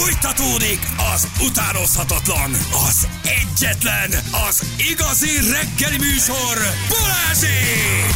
Fújtatódik az utánozhatatlan, az egyetlen, az igazi reggeli műsor, Balázsék!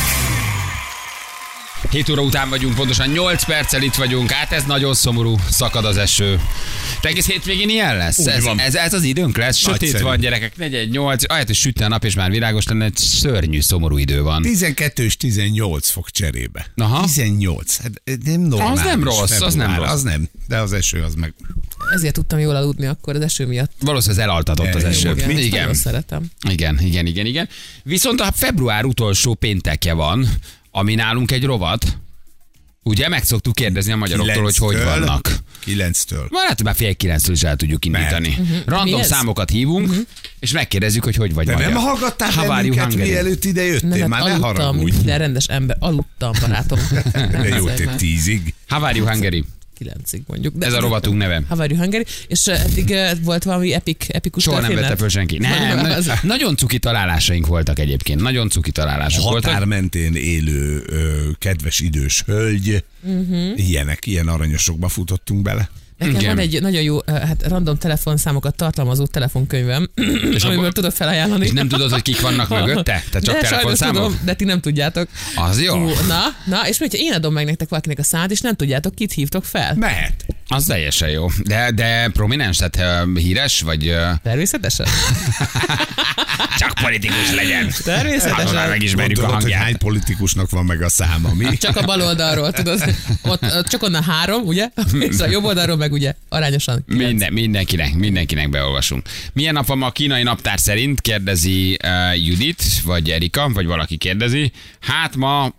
7 óra után vagyunk, pontosan 8 perccel itt vagyunk, hát ez nagyon szomorú, szakad az eső. Te egész hétvégén ilyen lesz? Ez az időnk lesz, sötét van gyerekek, 4-8, ahelyett, hogy sütne a nap és már világos lenne, egy szörnyű, szomorú idő van. 12 és 18 fok cserébe. Aha. 18, hát nem normális. Az nem rossz, február, az nem rossz. Az nem, de az eső az meg... Ezért tudtam jól aludni akkor az eső miatt. Valószínűleg elaltatott az eső. Igen. Nagyon szeretem. Igen. Viszont a február utolsó péntekje van, ami nálunk egy rovat. Ugye meg szoktuk kérdezni a magyaroktól, hogy hogy vannak. 9-től. Hát már fél 9-től is el tudjuk indítani. Random számokat hívunk, és megkérdezzük, hogy vagy de magyar. nem hallgattál bennünket, mielőtt ide jöttél? Már ne haragudj. De rendes ember, aludtam, barátom. De jó, te 10-ig. How are you, Hungary? 9-ig mondjuk. De ez a rovatunk neve. How are you, Hungary? És eddig volt valami epikus soha történet? nem vette föl senki. Nem, nagyon cuki találásaink voltak egyébként. Nagyon cuki találások voltak. Határ mentén élő kedves idős hölgy. Ilyen aranyosokba futottunk bele. Nekem van egy nagyon jó random telefonszámokat tartalmazó telefonkönyvem, és amiből tudok felajánlani. És nem tudod, hogy kik vannak mögötte? Te csak telefonszámok? Tudom, de ti nem tudjátok. Az jó. Na, és hogyha én adom meg nektek valakinek a számát, és nem tudjátok, kit hívtok fel. Mehet. Az teljesen jó. De prominens, tehát híres, vagy... Természetesen. Csak politikus legyen. Természetesen. Már megismerjük a hangját. Hogy hány politikusnak van meg a száma, mi? Csak a bal oldalról, tudod. Ott csak onnan 3, ugye? És a jobb oldalról meg ugye arányosan 9. Mindenkinek beolvasunk. Milyen nap van ma a kínai naptár szerint? Kérdezi Judit, vagy Erika, vagy valaki kérdezi. Hát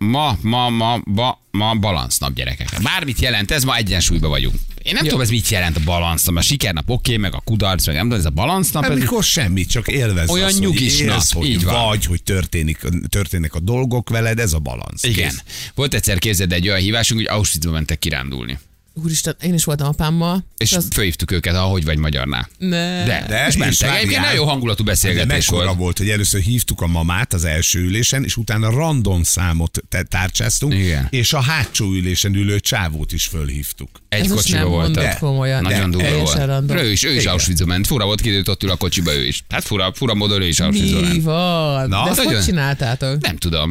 ma balancnap, gyerekek. Bármit jelent ez, ma egyensúlyban vagyunk. Én nem tudom, ez mit jelent a balancnap. A sikernap oké, meg a kudarc, meg nem tudom, ez a balancnap. Amikor semmit, csak élvezd olyan azt, nyugis hogy nap, élsz, hogy így van. vagy, hogy történnek a dolgok veled, ez a balansz. Igen. Kész. Volt egyszer, képzeld, egy olyan hívásunk, hogy Auschwitzba mentek kirándulni. Úristen, én is voltam apámmal. És fölhívtuk őket, ahogy vagy magyarnál. De és mentek. Egyébként nagyon jó hangulatú beszélgetés volt, hogy először hívtuk a mamát az első ülésen, és utána random számot tárcsáztunk, igen. És a hátsó ülésen ülő csávót is fölhívtuk. Egy kocsiba voltak. Nagyon durva volt. Ő is Auschwitzba ment. Fura volt, ki ott ül a kocsiba ő is. Hát fura módon ő is Auschwitzba ment. Mi van? De ezt hogy csináltátok? Nem tudom.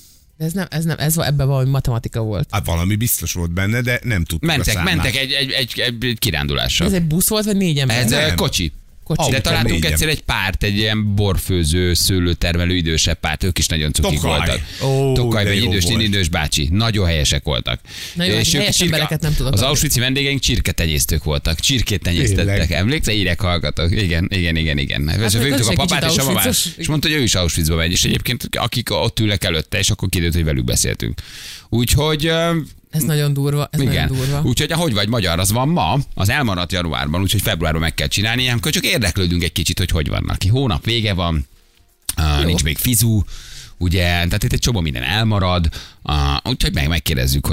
Ez ebben valami matematika volt. Hát valami biztos volt benne, de nem tudtuk a számát. Mentek egy kirándulással. Ez egy busz volt, vagy 4 ember? Ez kocsi. De találtunk egyszer egy párt, egy ilyen borfőző, szőlőtermelő idősebb párt, ők is nagyon cukik voltak. Tokaj, vagy idős bácsi. Nagyon helyesek voltak. És helyes embereket nem tudok. Az auschwitzi vendégeink csirketenyésztők voltak. Csirkét tenyésztettek. Emlékszel? Írek hallgatok. Igen. Hát főztük a papát és a mamát, és mondta, hogy ő is Auschwitzba megy. És egyébként akik ott ülnek előtte, és akkor kiderült, hogy velük beszéltünk. Úgyhogy... Ez nagyon durva. Nagyon durva. Úgyhogy ahogy vagy magyar, az van ma, az elmaradt januárban, úgyhogy februárban meg kell csinálni, ilyenkor csak érdeklődünk egy kicsit, hogy vannak ki. Hónap vége van, nincs még fizu, ugye, tehát itt egy csomó minden elmarad, úgyhogy megkérdezzük,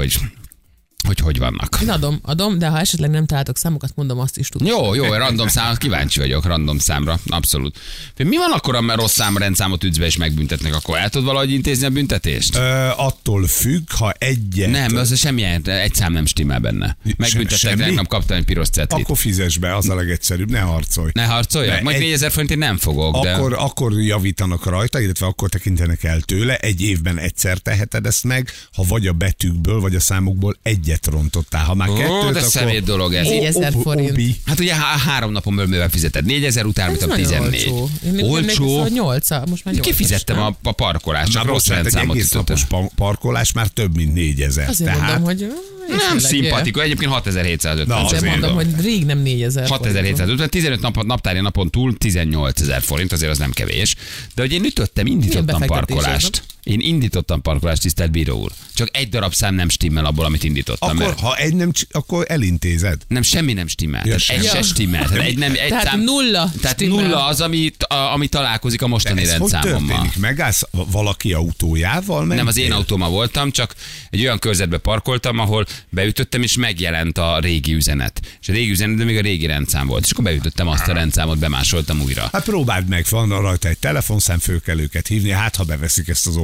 hogy vannak. Én adom, de ha esetleg nem találtok számokat, mondom, azt is tudom. Jó, random számot, kíváncsi vagyok, random számra, abszolút. Mi van akkor, ha rossz rendszámot ütsz be és megbüntetnek, akkor el tudod valahogy intézni a büntetést? Attól függ, ha egyet... Nem, az semmilyen, egy szám nem stimmel benne. Megbüntettek, nem kaptam egy piros cetlit. Akkor fizess be, az a legegyszerűbb, ne harcolj. Ne harcoljak? Majd 4000 forintért nem fogok. De... Akkor javítanak rajta, illetve akkor tekintenek el tőle, egy évben egyszer teheted ezt meg, ha vagy a betűkből, vagy a számokból egyet rontottál. Ha már kettőt, de szemét dolog ez. 4000 forint. Hát ugye 3 napon belül fizeted. 4000 után, mint a 14. Olcsó. 8, most már 8. Kifizettem a parkolást, csak rossz rendszámot ütottam. Egy parkolás már több, mint 4000. Azért mondom, hogy... Nem szimpatikus, egyébként 6750. Azért mondom, hogy rég nem 4000. 6750, 15 naptári napon túl 18 000 forint, azért az nem kevés. De hogy én indítottam parkolást. Én indítottam parkolást, tisztelt bíró úr. Csak egy darab szám nem stimmel abból, amit indítottam. Akkor, ha egy nem, akkor elintézed. Nem, semmi nem stimmel. Egy se stimmel. Tehát szám, nulla. Tehát nulla az, ami találkozik a mostani rendszámommal. Hogy történik? Megállsz valaki autójával? Nem, az én autómmal voltam, csak egy olyan körzetbe parkoltam, ahol beütöttem, és megjelent a régi üzenet. És a régi üzenet, de még a régi rendszám volt. És akkor beütöttem azt a rendszámot, bemásoltam újra. Hát próbáld meg, van rajta egy telefonszám, föl kell őket hívni, hát ha beveszik ezt az óriást.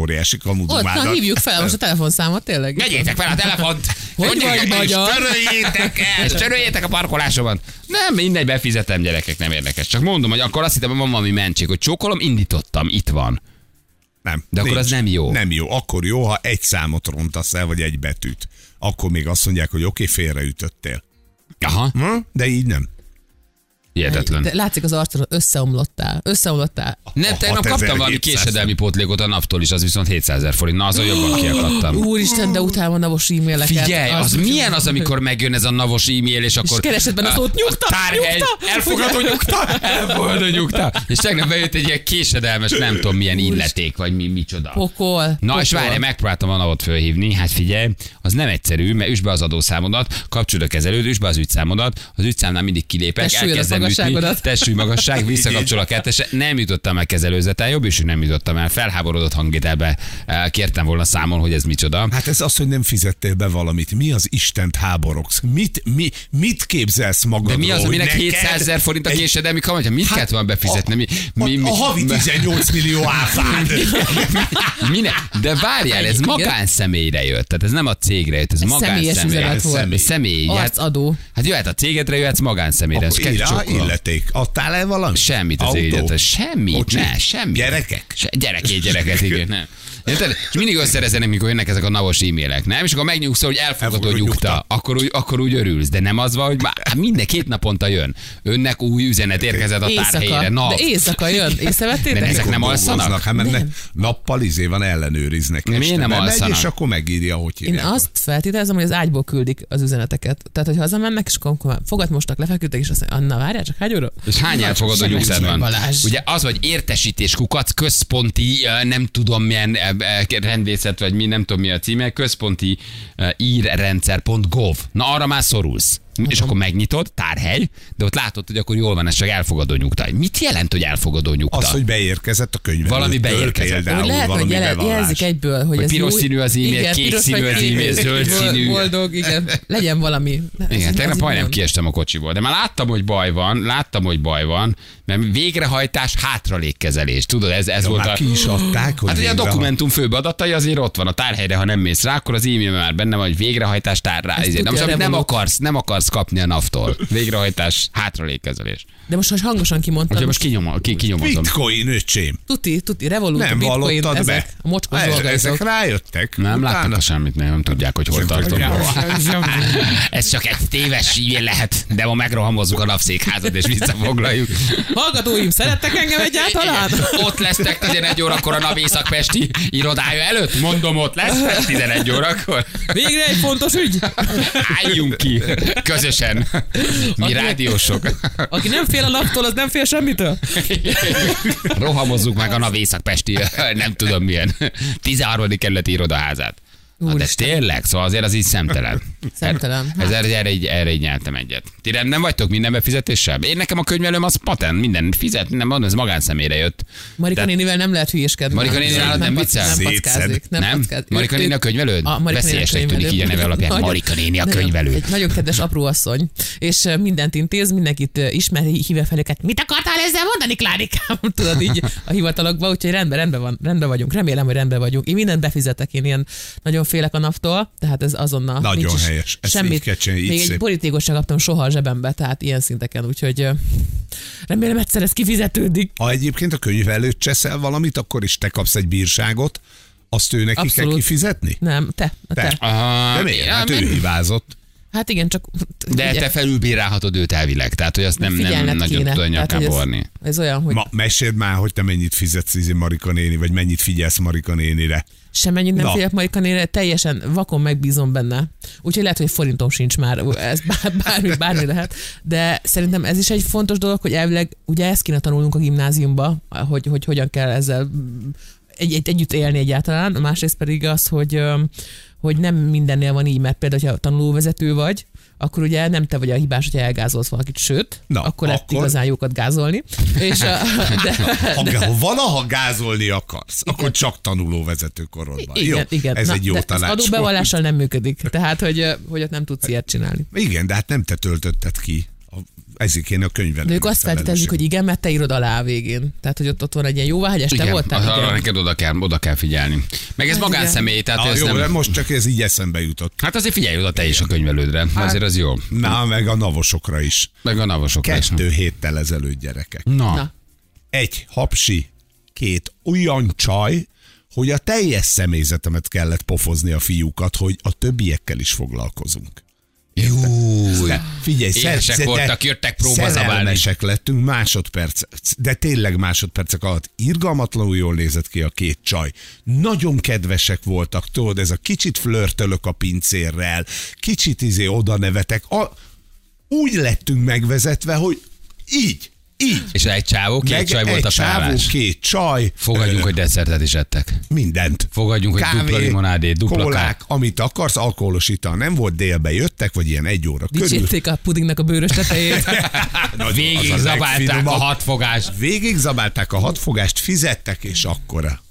óriási Ott, na, kamudumádat. hívjuk fel most a telefonszámot, tényleg. Vegyétek fel a telefont! Hogy vagy magyar? És töröljétek a parkolásomon. Nem, mindegy, befizetem, gyerekek, nem érdekes. Csak mondom, hogy akkor azt hittem, hogy van valami mentség, hogy csókolom, indítottam, itt van. Nem. De akkor az nem jó. Nem jó. Akkor jó, ha egy számot rontasz el, vagy egy betűt. Akkor még azt mondják, hogy oké, félreütöttél. Aha, De így nem. hihetetlen. De látszik az arcon, összeomlottál. Nem, tegnap kaptam valami 6700. késedelmi pótlékot a naptól is, az viszont 700 000 forint. Na, azon jobban kiakadtam. Úristen, de utálom a navos e-maileket. Figyelj, az milyen az, amikor megjön ez a navos e-mail, és akkor... És keresed benne a szót, nyugta, tárhely, nyugta. elfogadó nyugta. És tegnap bejött egy ilyen késedelmes, nem tudom milyen illeték, vagy micsoda. Pokol. Na, és várj, megpróbáltam a navot fölhívni, hát figyelj, az nem egyszerű, mert üsd be az adószámodat, kapcsolod a kezelőt, üsd be az ügyszámodat, az ügyszámnál mindig kilépek, Testsúlyod, elkezdem a ütni, magasságodat. testsúly magasság, visszakapcsol a kettese, nem jutottam el kezelőzeten, jobb is, hogy nem jutottam el, felháborodott hangvételbe kértem volna számon, hogy ez micsoda. Hát ez az, hogy nem fizettél be valamit. Mi az Istent háborogsz? Mit képzelsz magadról? De mi az, aminek hogy 700 000 forint a késedelmi kamatja? Mit kellett volna befizetni? A havi 18 millió áfád. De várjál, ez magánszemélyre jött, tehát ez nem a cégre jött, ez Személyes üzenet volt. Személy. Arcadó. Hát jöhet a cégedre, jöhetsz magánszemélyre. Ez kell csokkolom. Illeték. Adtál el valamit? Semmit az Autó? egyetlen. Semmit, Kocsi? ne, semmit. Gyerekek? Gyereket, igen, nem. Érted? És mindig összerezenek, mikor jönnek ezek a navos e-mailek, nem? És akkor megnyugszol, hogy elfogadó nyugta, akkor úgy örülsz. De nem az van, hogy minden 2 naponta jön. Önnek új üzenet érkezett a tárhelyére. Éjszaka. De éjszaka jön. Észrevettétek? De ezek nem alszanak? Hát mert nappal van ellenőriznek. Miért Este nem bemegy, alszanak? És akkor megírja, hogy Én hívják. azt feltételezem, hogy az ágyból küldik az üzeneteket. Tehát, hogy hazamennek, és akkor fogad mostak, lefeküdtek, és azt mondja, Anna, várjál csak, hány óra? És hány elfogadó Semmi nyugszád van? Balázs. Ugye az, hogy értesítés kukac, központi, nem tudom milyen rendvészet, vagy mi, nem tudom mi a címe, központi írrendszer.gov. Na arra már szorulsz. És akkor megnyitod, tárhely, de ott látod, hogy akkor jól van, ez csak elfogadó nyugta. Mit jelent, hogy elfogadó nyugta? Az, hogy beérkezett a könyvelőtől. Valami beérkezett. Például Lehet, hogy valami bevallás. jelzik egyből, hogy Hogy ez piros új. színű az e-mail, Igen, kék piros színű vagy az kék. e-mail, zöld színű. Boldog, igen. Legyen valami. Igen, tegnap majdnem nagyon- kiestem a kocsiból, de már láttam, hogy baj van, mert végrehajtás, hátralékkezelés. Tudod, ez volt Már a... ki is adták, hogy Hát ugye a végre- dokumentum főbb adatai azért ott van a tárhelyre, ha nem mész rá, akkor az e-mail már benne van, hogy végrehajtás tárrá. Ezt Na most tudja amit a Revolut. nem akarsz kapni a NAV-tól. Végrehajtás, hátralékkezelés. De most hangosan kimondtam. Úgyhogy most kinyomozom. Bitcoin, öcsém. Tuti, Revolut, Nem Bitcoin, vallottad ezek, be. a mocskos Ezek dolgaitok. rájöttek. Nem láttak Utána- a semmit, nem tudják, hogy hol tartom. Ez csak egy téves e-mail lehet, de ma megrohamozzuk a napszékházat és visszafoglaljuk. Hallgatóim, szerettek engem egyáltalán? Ott lesztek 11 órakor a NAV északpesti irodája előtt? Mondom, ott lesztek 11 órakor. Végre egy fontos ügy. Álljunk ki közösen. Mi rádiósok. Aki nem fél a naptól, az nem fél semmitől. Rohamozzuk meg a NAV északpesti, nem tudom milyen, 13. kerületi irodaházát. Na, de Úristen. tényleg, szóval azért az így szemtelen. Szemtelen. Ez erre így nyeltem egyet. Ti nem vagytok minden befizetéssel? Én nekem a könyvelőm az patent, minden fizet, nem mondom, ez magánszemélyre jött. Marika Tehát- nénivel nem lehet hülyéskedni. Marika néni nálad nem viccel? Nem Szétszed. packázik. Nem? packázik. Marika néni a könyvelőd? Marika néni a Veszélyesnek tűnik könyvelő. így a neve alapján. Nagyon- Marika néni a nagyon- könyvelő. Egy nagyon kedves apró asszony, és mindent intéz, mindenkit ismer, hívja fel őket. Mit akartál ezzel mondani, Klárikám? Tudod így a hivatalokba, úgyhogy rendben vagyunk. Remélem, hogy rendben vagyunk. Én mindent befizetek, én ilyen nagyon félek a naptól, tehát ez azonnal. Nagyon nincs is helyes. Ezt így Semmit. kell csinálni, így Még szép. egy borítékot sem kaptam soha a zsebembe, tehát ilyen szinteken, úgyhogy remélem egyszer ez kifizetődik. Ha egyébként a könyvelőt cseszel valamit, akkor is te kapsz egy bírságot, azt ő neki kell Abszolút. kifizetni? Nem, te. Te. Ah, De miért? Hát ő men- hibázott. Hát igen, csak... De ugye, te felülbírálhatod őt elvileg, tehát hogy azt nem figyelned nagyon kéne. tudod Tehát, hogy nyakába orni. ez olyan, hogy Meséld már, hogy te mennyit fizetsz Marika néni, vagy mennyit figyelsz Marika nénire. semmennyit nem Na. félek Marika nénire, teljesen vakon megbízom benne. Úgyhogy lehet, hogy forintom sincs már, ez bármi lehet. De szerintem ez is egy fontos dolog, hogy elvileg ugye ezt kéne tanulnunk a gimnáziumba, hogy hogyan kell ezzel együtt élni egyáltalán. A másrészt pedig az, hogy nem mindennél van így, mert például, ha tanulóvezető vagy, akkor ugye nem te vagy a hibás, hogyha elgázolsz valakit, sőt, Na, akkor lehet akkor- igazán jókat gázolni. És Ha valaha gázolni akarsz, akkor csak tanulóvezető korodban. igen, Jó, igen. ez Na, egy jó de az tanács. adóbevallással nem működik. Tehát, hogy ott nem tudsz ilyet csinálni. Igen, de hát nem te töltötted ki ezért kéne a könyvelő. De ők azt feltételezik, hogy igen, mert te írod alá a végén. Tehát, hogy ott van egy ilyen jóváhagyás, te voltál? Igen, neked oda kell figyelni. Meg ez magánszemély, tehát ez jó, nem... de most csak ez így eszembe jutott. Hát azért figyelj oda te is a könyvelődre, azért az jó. Na, meg a navosokra is. Meg a navosokra is. 2 héttel ezelőtt, gyerekek. Na. Egy hapsi, 2 olyan csaj, hogy a teljes személyzetemet kellett pofozni a fiúkat, hogy a többiekkel is foglalkozunk. Júj. Figyelj, Éhesek voltak, jöttek próbazabálni. szerelmesek lettünk másodperc, de tényleg másodpercek alatt irgalmatlanul jól nézett ki a 2 csaj. Nagyon kedvesek voltak, tudod, ez a kicsit flörtölök a pincérrel, kicsit oda nevetek. Úgy lettünk megvezetve, hogy így. És egy csávó, 2 csaj volt a felállás. 2 csaj. Fogadjunk, hogy desszertet is ettek. Mindent. Fogadjunk, hogy dupla limonádé, dupla kólák, amit akarsz, alkoholos ital nem volt, délbe jöttek, vagy ilyen 1 óra körül. Dicsérték a pudingnak a bőrös tetejét. Végig zabálták a 6 fogást. Végig zabálták a 6 fogást, fizettek, és akkora.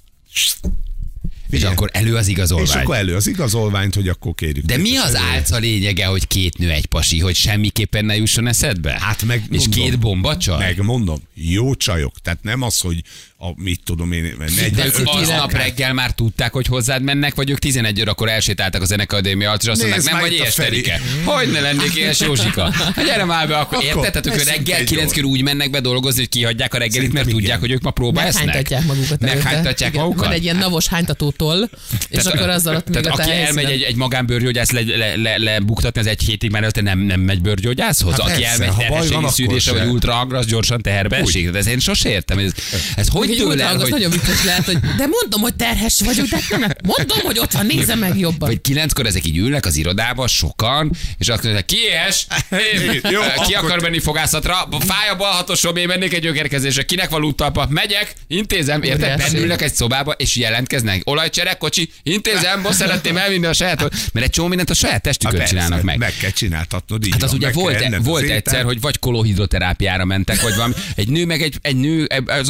És akkor elő az igazolvány. És akkor elő az igazolványt, hogy akkor kérjük. De mi az álca lényege, hogy 2 nő, egy pasi, hogy semmiképpen ne jusson eszedbe? Hát meg és mondom, 2 bombacsal? Megmondom, jó csajok. Tehát nem az, hogy mit tudom én, de ők aznap reggel már tudták, hogy hozzád mennek, vagy ők 11 órakor elsétáltak a Zenekadémia alatt, és azt mondták, nem vagy ilyes Terike. Hogy ne lennék ilyes Józsika? Gyere már be, akkor érted? Tehát ők reggel 9-kor úgy mennek be dolgozni, hogy kihagyják a reggelit, mert tudják, hogy ők ma próba esznek. Meghánytatják magukat. Meghánytatják magukat. Van egy ilyen navos hánytatótól, és akkor azzal ott tehát aki elmegy egy magánbőrgyógyász lebuktatni az 1 hétig, mert előtte nem megy bőrgyógyászhoz. Aki elmegy terhességi szűrésre, vagy ultrahangra, az gyorsan teherbe esik. Tehát ezt én sose értem. Ez hogy tőle, hogy... nagyon vicces lehet, hogy de mondom, hogy terhes vagyok, de nem, mondom, hogy ott van, nézze meg jobban. Vagy 9-kor ezek így ülnek az irodába, sokan, és azt mondják, ki éhes? Ki akar menni fogászatra? Fáj a bal hatosom, én mennék egy gyökérkezésre. Kinek van úttalpa? Megyek, intézem, érted? Bennülnek egy szobába, és jelentkeznek. Olajcsere, kocsi, intézem, most szeretném elvinni a saját, mert egy csomó mindent a saját testükön csinálnak meg. Meg kell csináltatnod, így hát az van, ugye volt egyszer, hogy vagy kolohidroterápiára mentek, vagy valami. Egy nő, meg egy nő,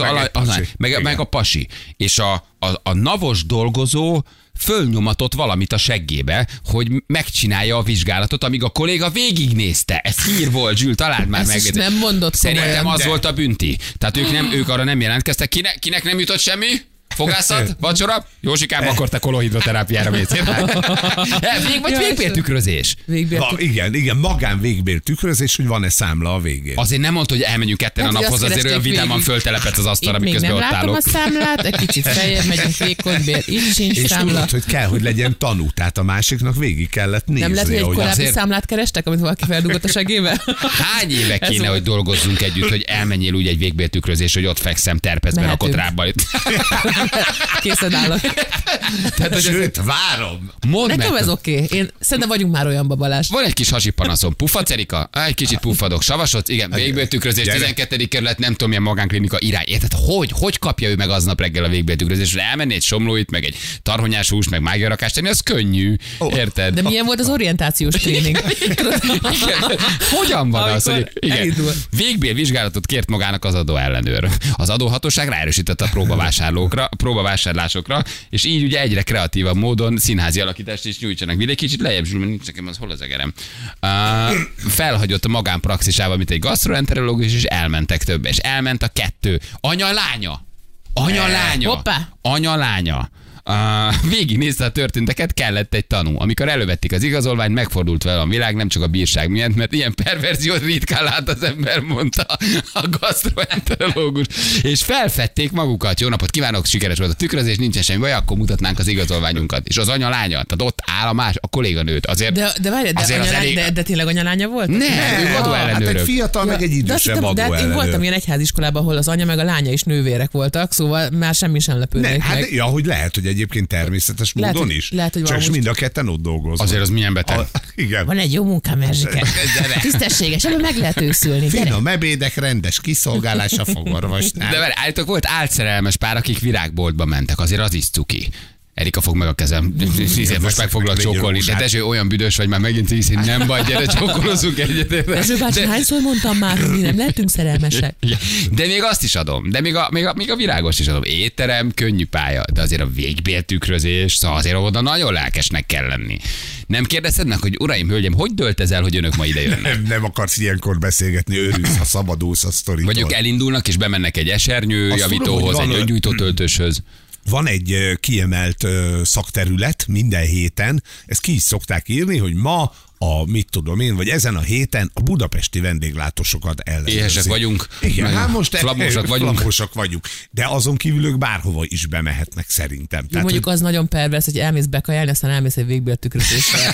meg a pasi. És a navos dolgozó fölnyomatott valamit a seggébe, hogy megcsinálja a vizsgálatot, amíg a kolléga végignézte. Ez hír volt, Zsül, találd már meg. Nem mondott Szerintem komolyan, az volt a bünti. Tehát ők arra nem jelentkeztek. Kinek nem jutott semmi? Fogászat? Vacsora? Józsikám, akkor te kolohidroterápiára mész. Vagy végbéltükrözés. Igen, magán végbéltükrözés, hogy van-e számla a végén. Azért nem mondta, hogy elmenjünk ketten a naphoz, azért olyan vidáman föltelepett az asztalra, miközben ott állok. Még nem látom a számlát, egy kicsit feljebb megyünk végkonybél, itt sincs és számla. tudod, hogy kell, hogy legyen tanú, tehát a másiknak végig kellett nézni. Nem lehet, hogy egy korábbi azért... számlát kerestek, amit valaki feldugott a segébe? Hány éve kéne, hogy dolgozzunk együtt, hogy elmenjél úgy egy végbéltükrözés, hogy ott fekszem terpezben a kotrábban. Készen állok. Sőt, várom. Nekem ez oké. Én szerintem vagyunk már olyanba, Balázs. Van egy kis hasi panaszom. Puffadt, Erika? Egy kicsit puffadok. Savasodsz? Igen, végbéltükrözés, 12. kerület, nem tudom, milyen magánklinika irány. Érted? Hogy kapja ő meg aznap reggel a végbéltükrözésre? Elmenni egy somlóit, meg egy tarhonyás hús, meg mágiarakást tenni, az könnyű. Érted? De milyen volt az orientációs tréning? Hogyan van az, hogy végbélvizsgálatot kért magának az adóellenőr. Az adóhatóság ráerősített a próbavásárlásokra, és így ugye egyre kreatívabb módon színházi alakítást is nyújtsanak. Egy kicsit lejjebb zsúl, mert nincs nekem az hol az egerem. Felhagyott a magánpraxisával, mint egy gasztroenterológus, és elmentek több. És elment a 2. Anya-lánya. Anya-lánya. Végignézte a történteket, kellett egy tanú. Amikor elővették az igazolványt, megfordult vele a világ, nem csak a bírság miatt, mert ilyen perverziót ritkán lát az ember, mondta a gasztroenterológus. És felfedték magukat. Jó napot kívánok, sikeres volt a tükrözés, nincsen semmi baj, akkor mutatnánk az igazolványunkat. És az anya-lánya, tehát ott áll a kolléganőt. Azért, de tényleg anya-lánya volt? Nem, ők adóellenőrök. Hát egy fiatal, meg egy idősebb adóellenőr. Én voltam ilyen egyháziskolában, ahol az anya meg a lánya is nővérek voltak, szóval már semmi sem lepődnék meg. Hát, hogy lehet, hogy egyébként természetes módon is. Lehet, hogy csak mind a ketten ott dolgoznak. Azért az milyen beteg. Igen. Van egy jó munkám, Erzsike. Tisztességes, előbb meg lehet őszülni. Finom ebédek, rendes kiszolgálás a fogorvosnál. De állítok, volt álszerelmes pár, akik virágboltba mentek, azért az is cuki. Erika fog meg a kezem. Most meg foglak csókolni. De Dezső, olyan büdös vagy, már megint hisz, hogy nem baj, gyere, csókolozunk egyet. Dezső bácsi, hányszor mondtam már, hogy mi nem lettünk szerelmesek? De még azt is adom, de még a virágos is adom. Étterem, könnyű pálya, de azért a végbéltükrözés, szóval azért oda nagyon lelkesnek kell lenni. Nem kérdezted meg, hogy uraim, hölgyem, hogy dölt ez el, hogy önök ma ide jönnek? Nem akarsz ilyenkor beszélgetni, örülsz, ha szabadulsz a sztoritól. Vagy ők elindulnak és bemennek egy esernyő javítóhoz, egy öngyújtó töltőshöz. Van egy kiemelt szakterület minden héten, ezt ki is szokták írni, hogy ma mit tudom én, vagy ezen a héten a budapesti vendéglátósokat ellenőrzik. Éhesek vagyunk. Igen, hát most flapmosak vagyunk. De azon kívül ők bárhova is bemehetnek szerintem. Tehát, mondjuk az nagyon pervers, hogy elmész bekajálni, aztán elmész egy végbéltükrözésre.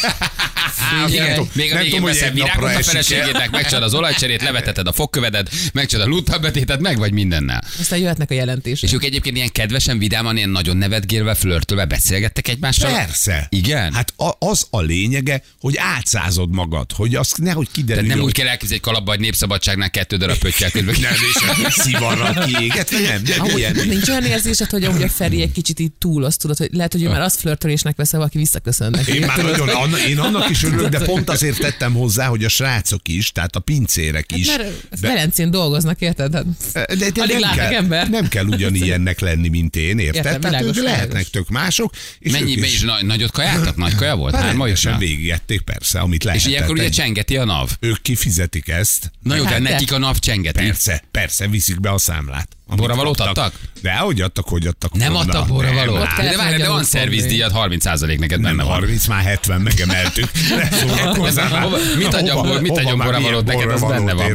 Még a végén veszed virágot a feleségének, megcsinálod az olajcserét, leveteted a fogkövedet, megcsinálod a lúttabbetétet, meg vagy mindennel. Aztán jöhetnek a jelentések. És ők egyébként ilyen kedvesen, vidáman, ilyen nagyon nevetgélve, flörtölve beszélgettek egymással? Persze. Igen? Hát az a lényege, hogy átszázod magad, hogy azt nehogy kiderül. Tehát nem úgy kell elképzelni, hogy kalapba, hogy Népszabadságnál 2 darab pöttyel közben. Nem, és szivarral kiéget, nem. Nincs olyan érzésed, hogy ahogy a Feri egy kicsit így túloz, tudod, hogy lehet, hogy ő már azt flörtölésnek vesz, valaki visszaköszönnek. Én annak is örülök, de pont azért tettem hozzá, hogy a srácok is, tehát a pincérek is. Hát mert Velencén dolgoznak, érted? De nem kell ugyanilyennek lenni, mint én, érted? Értem, tehát világos, lehetnek tök mások. És Mennyi nagyot kajáltak? Nagy kaja volt? Rendesen végigették, persze, amit lehetett. És ilyenkor ugye csengeti a NAV. Ők kifizetik ezt. Na jó, de nekik a NAV csengeti. Persze, viszik be a számlát. Borravalót adtak? De hogy adtak. Nem adtak borravalót. De várj, de van szervizdíjat, 30% neked benne van. 30, már 70 megemeltük. Mit adjon borravalót neked, az benne van.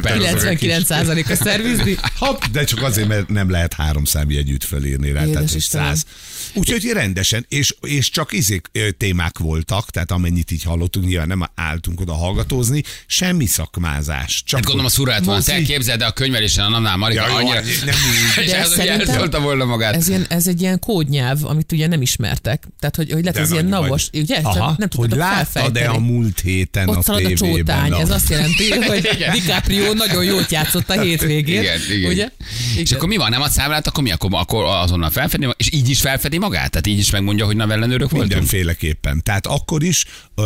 99% a szervizdíj. De csak azért, mert nem lehet 3 számjegyűt fölírni rá, tehát 100. Úgyhogy rendesen, és csak témák voltak, tehát amennyit így hallottunk, nyilván nem álltunk oda hallgatózni, semmi szakmázás. Hát gondolom, az fura lett volna. Te képzeld, de a könyvelésen a Namnál Marika annyira... És ez, hogy elszólta volna magát. Ez egy ilyen kódnyelv, amit ugye nem ismertek. Tehát, hogy lehet, ez ilyen navos. Ugye? Aha, nem hogy láttad-e a múlt héten ott a szalad a csótány. Ez azt jelenti, hogy DiCaprio nagyon jót játszott a hétvégén. Igen. Ugye? És akkor mi van? Nem ad számlát, akkor mi? Akkor azonnal felfedi, és így is felfedi magát? Tehát így is megmondja, hogy ellenőrök voltunk? Mindenféleképpen. Tehát akkor is,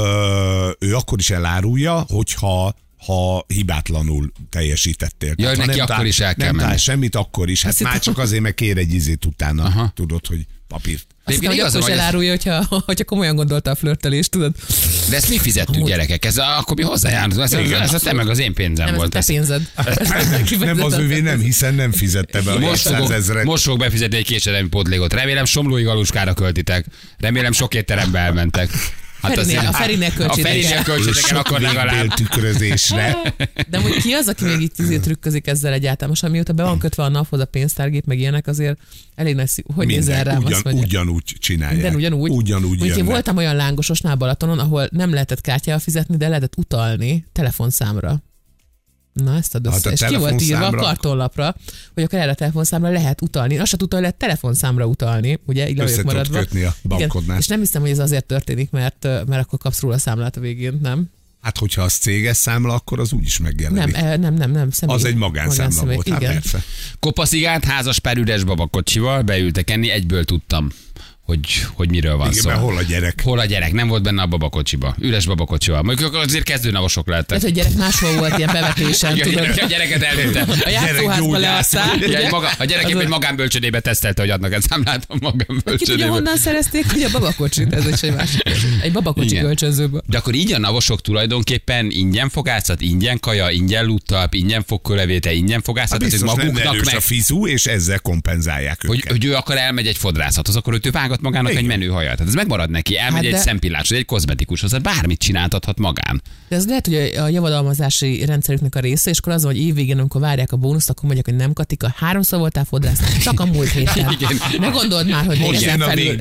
ő akkor is elárulja, hogyha hibátlanul teljesítettél. Ja, neki akkor is el kell menni. Nem semmit, akkor is. Hát már csak azért, meg kér egy izét utána. Aha. Tudod, hogy papírt. Azt hogy akkor is elárulja, hogyha komolyan gondolta a flörtölést, tudod. De ezt mi fizettünk, gyerekek? Akkor mi hozzájárulunk? Ez a te meg az én pénzem volt. Nem, ez a te pénzed. Nem az övé, nem, hiszen nem fizette be a 100 000-et. Most fogok befizetni egy késedelmi pótlékot. Remélem Somlói Galuskára költitek. Remélem sok étterembe elmentek. Hát a Ferinél költsétek akkor legalább tükrözésre. De hogy ki az, aki még itt trükközik ezzel egyáltalán? Most amióta be van kötve a NAV-hoz a pénztárgép, meg ilyenek, azért elég nagy hogy nézel rám? Ugyanúgy csinálják. Minden ugyanúgy. Ugyanúgy én voltam olyan Lángososnál Balatonon, ahol nem lehetett kártyával fizetni, de lehetett utalni telefonszámra. Na, ezt ad össze. És ki volt írva a kartonlapra, hogy akkor erre a telefonszámra lehet utalni. Azt se tudta, hogy lehet telefonszámra utalni, ugye? Így össze tudod kötni a bankodnál. És nem hiszem, hogy ez azért történik, mert akkor kapsz róla számlát a végén, nem? Hát, hogyha az céges számla, akkor az úgyis megjelenik. Nem. Személy. Az egy magánszámla volt, hát persze. Kopaszigát, házas pár üres babakocsival, beültek enni, egyből tudtam, hogy miről van szó. Hol a gyerek? Hol a gyerek? Nem volt benne a babakocsiba. Üres babakocsival. Mondjuk azért kezdőnavosok lehettek. Tehát, hogy gyerek máshol volt ilyen bevetésen. A gyereket elvitte. A játszóházba leadták. A gyerek épp egy magánbölcsödébe tesztelte, hogy adnak egy számlát a magánbölcsödébe. Ki tudja, honnan szerezték, hogy a babakocsit? Ez is egy másik. Egy babakocsi kölcsönzőből. De akkor így a navosok tulajdonképpen ingyen fogászat, ingyen kaja, ingyen lúttalp, ingyen fogkölevéte, ingyen fogászat. Biztos maguknak meg a fizú, és ezzel kompenzálják őket. Hogy ő akar elmegy egy fodrászathoz, akkor ő vágat magának egy menő hajat. Tehát ez megmarad neki. Elmegy egy szempilláshoz, egy kozmetikushoz, tehát bármit csináltathat magán. De ez lehet, hogy a javadalmazási rendszerüknek a része, és akkor az, hogy évvégén, amikor várják a bónuszt, akkor mondják, hogy nem Katika, 3-szor voltál fodrász, csak a múlt héten. Ne gondold már, hogy még ezen felül.